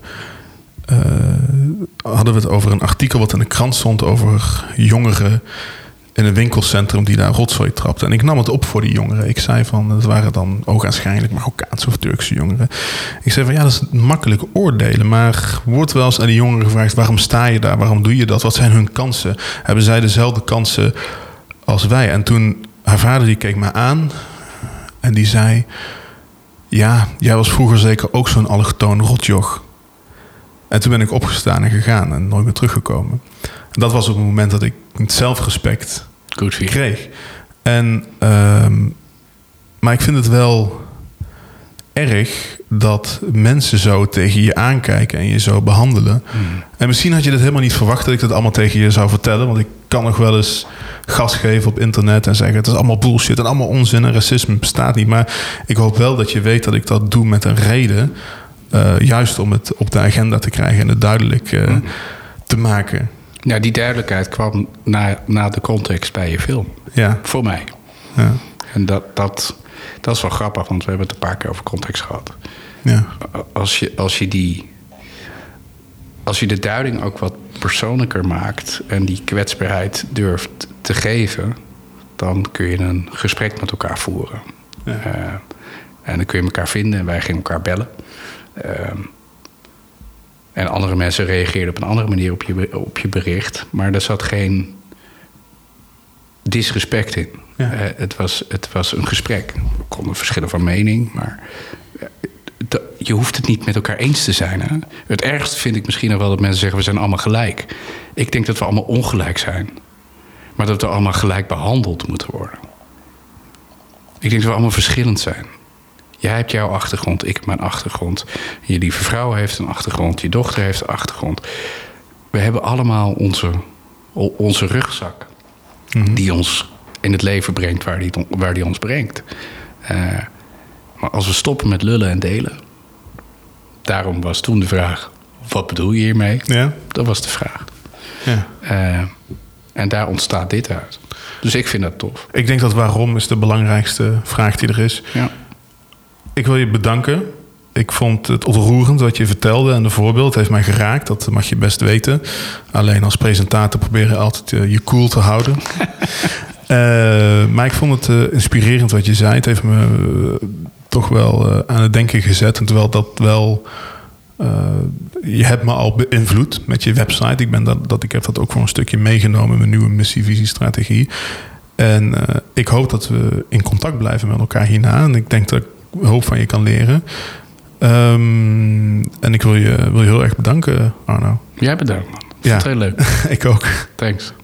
S1: hadden we het over een artikel... wat in de krant stond over jongeren... in een winkelcentrum die daar rotzooi trapte. En ik nam het op voor die jongeren. Ik zei van, het waren dan oogenschijnlijk Marokkaanse of Turkse jongeren. Ik zei van, ja, dat is makkelijk oordelen. Maar wordt wel eens aan die jongeren gevraagd... waarom sta je daar? Waarom doe je dat? Wat zijn hun kansen? Hebben zij dezelfde kansen als wij? En toen, haar vader die keek me aan... en die zei... ja, jij was vroeger zeker ook zo'n allochtoon rotjoch. En toen ben ik opgestaan en gegaan... en nooit meer teruggekomen. En dat was op het moment dat ik het zelfrespect kreeg. En, maar ik vind het wel erg dat mensen zo tegen je aankijken en je zo behandelen. En misschien had je dat helemaal niet verwacht dat ik dat allemaal tegen je zou vertellen. Want ik kan nog wel eens gas geven op internet en zeggen... het is allemaal bullshit en allemaal onzin en racisme bestaat niet. Maar ik hoop wel dat je weet dat ik dat doe met een reden. Juist om het op de agenda te krijgen en het duidelijk te maken.
S2: Ja, die duidelijkheid kwam na de context bij je film.
S1: Ja.
S2: Voor mij.
S1: Ja.
S2: En dat is wel grappig, want we hebben het een paar keer over context gehad.
S1: Ja.
S2: Als je de duiding ook wat persoonlijker maakt... en die kwetsbaarheid durft te geven... dan kun je een gesprek met elkaar voeren. Ja. En dan kun je elkaar vinden en wij gingen elkaar bellen... En andere mensen reageerden op een andere manier op je bericht. Maar er zat geen disrespect in. Ja. Het was een gesprek. We konden verschillen van mening, maar je hoeft het niet met elkaar eens te zijn. Hè? Het ergste vind ik misschien nog wel dat mensen zeggen... we zijn allemaal gelijk. Ik denk dat we allemaal ongelijk zijn. Maar dat we allemaal gelijk behandeld moeten worden. Ik denk dat we allemaal verschillend zijn. Jij hebt jouw achtergrond, ik heb mijn achtergrond. Je lieve vrouw heeft een achtergrond, je dochter heeft een achtergrond. We hebben allemaal onze rugzak. Mm-hmm. Die ons in het leven brengt waar die ons brengt. Maar als we stoppen met lullen en delen... Daarom was toen de vraag, wat bedoel je hiermee? Ja. Dat was de vraag. Ja. En daar ontstaat dit uit. Dus ik vind dat tof.
S1: Ik denk dat waarom is de belangrijkste vraag die er is. Ja. Ik wil je bedanken. Ik vond het ontroerend wat je vertelde en de voorbeeld heeft mij geraakt. Dat mag je best weten. Alleen als presentator probeer je altijd je cool te houden. Maar ik vond het inspirerend wat je zei. Het heeft me toch wel aan het denken gezet. En terwijl dat wel... je hebt me al beïnvloed met je website. Ik heb dat ook voor een stukje meegenomen in mijn nieuwe missie, visie, strategie. En ik hoop dat we in contact blijven met elkaar hierna. En ik denk dat ik een hoop van je kan leren. En ik wil je heel erg bedanken, Arno.
S2: Jij bedankt, man. Ik vond het heel leuk.
S1: Ik ook.
S2: Thanks.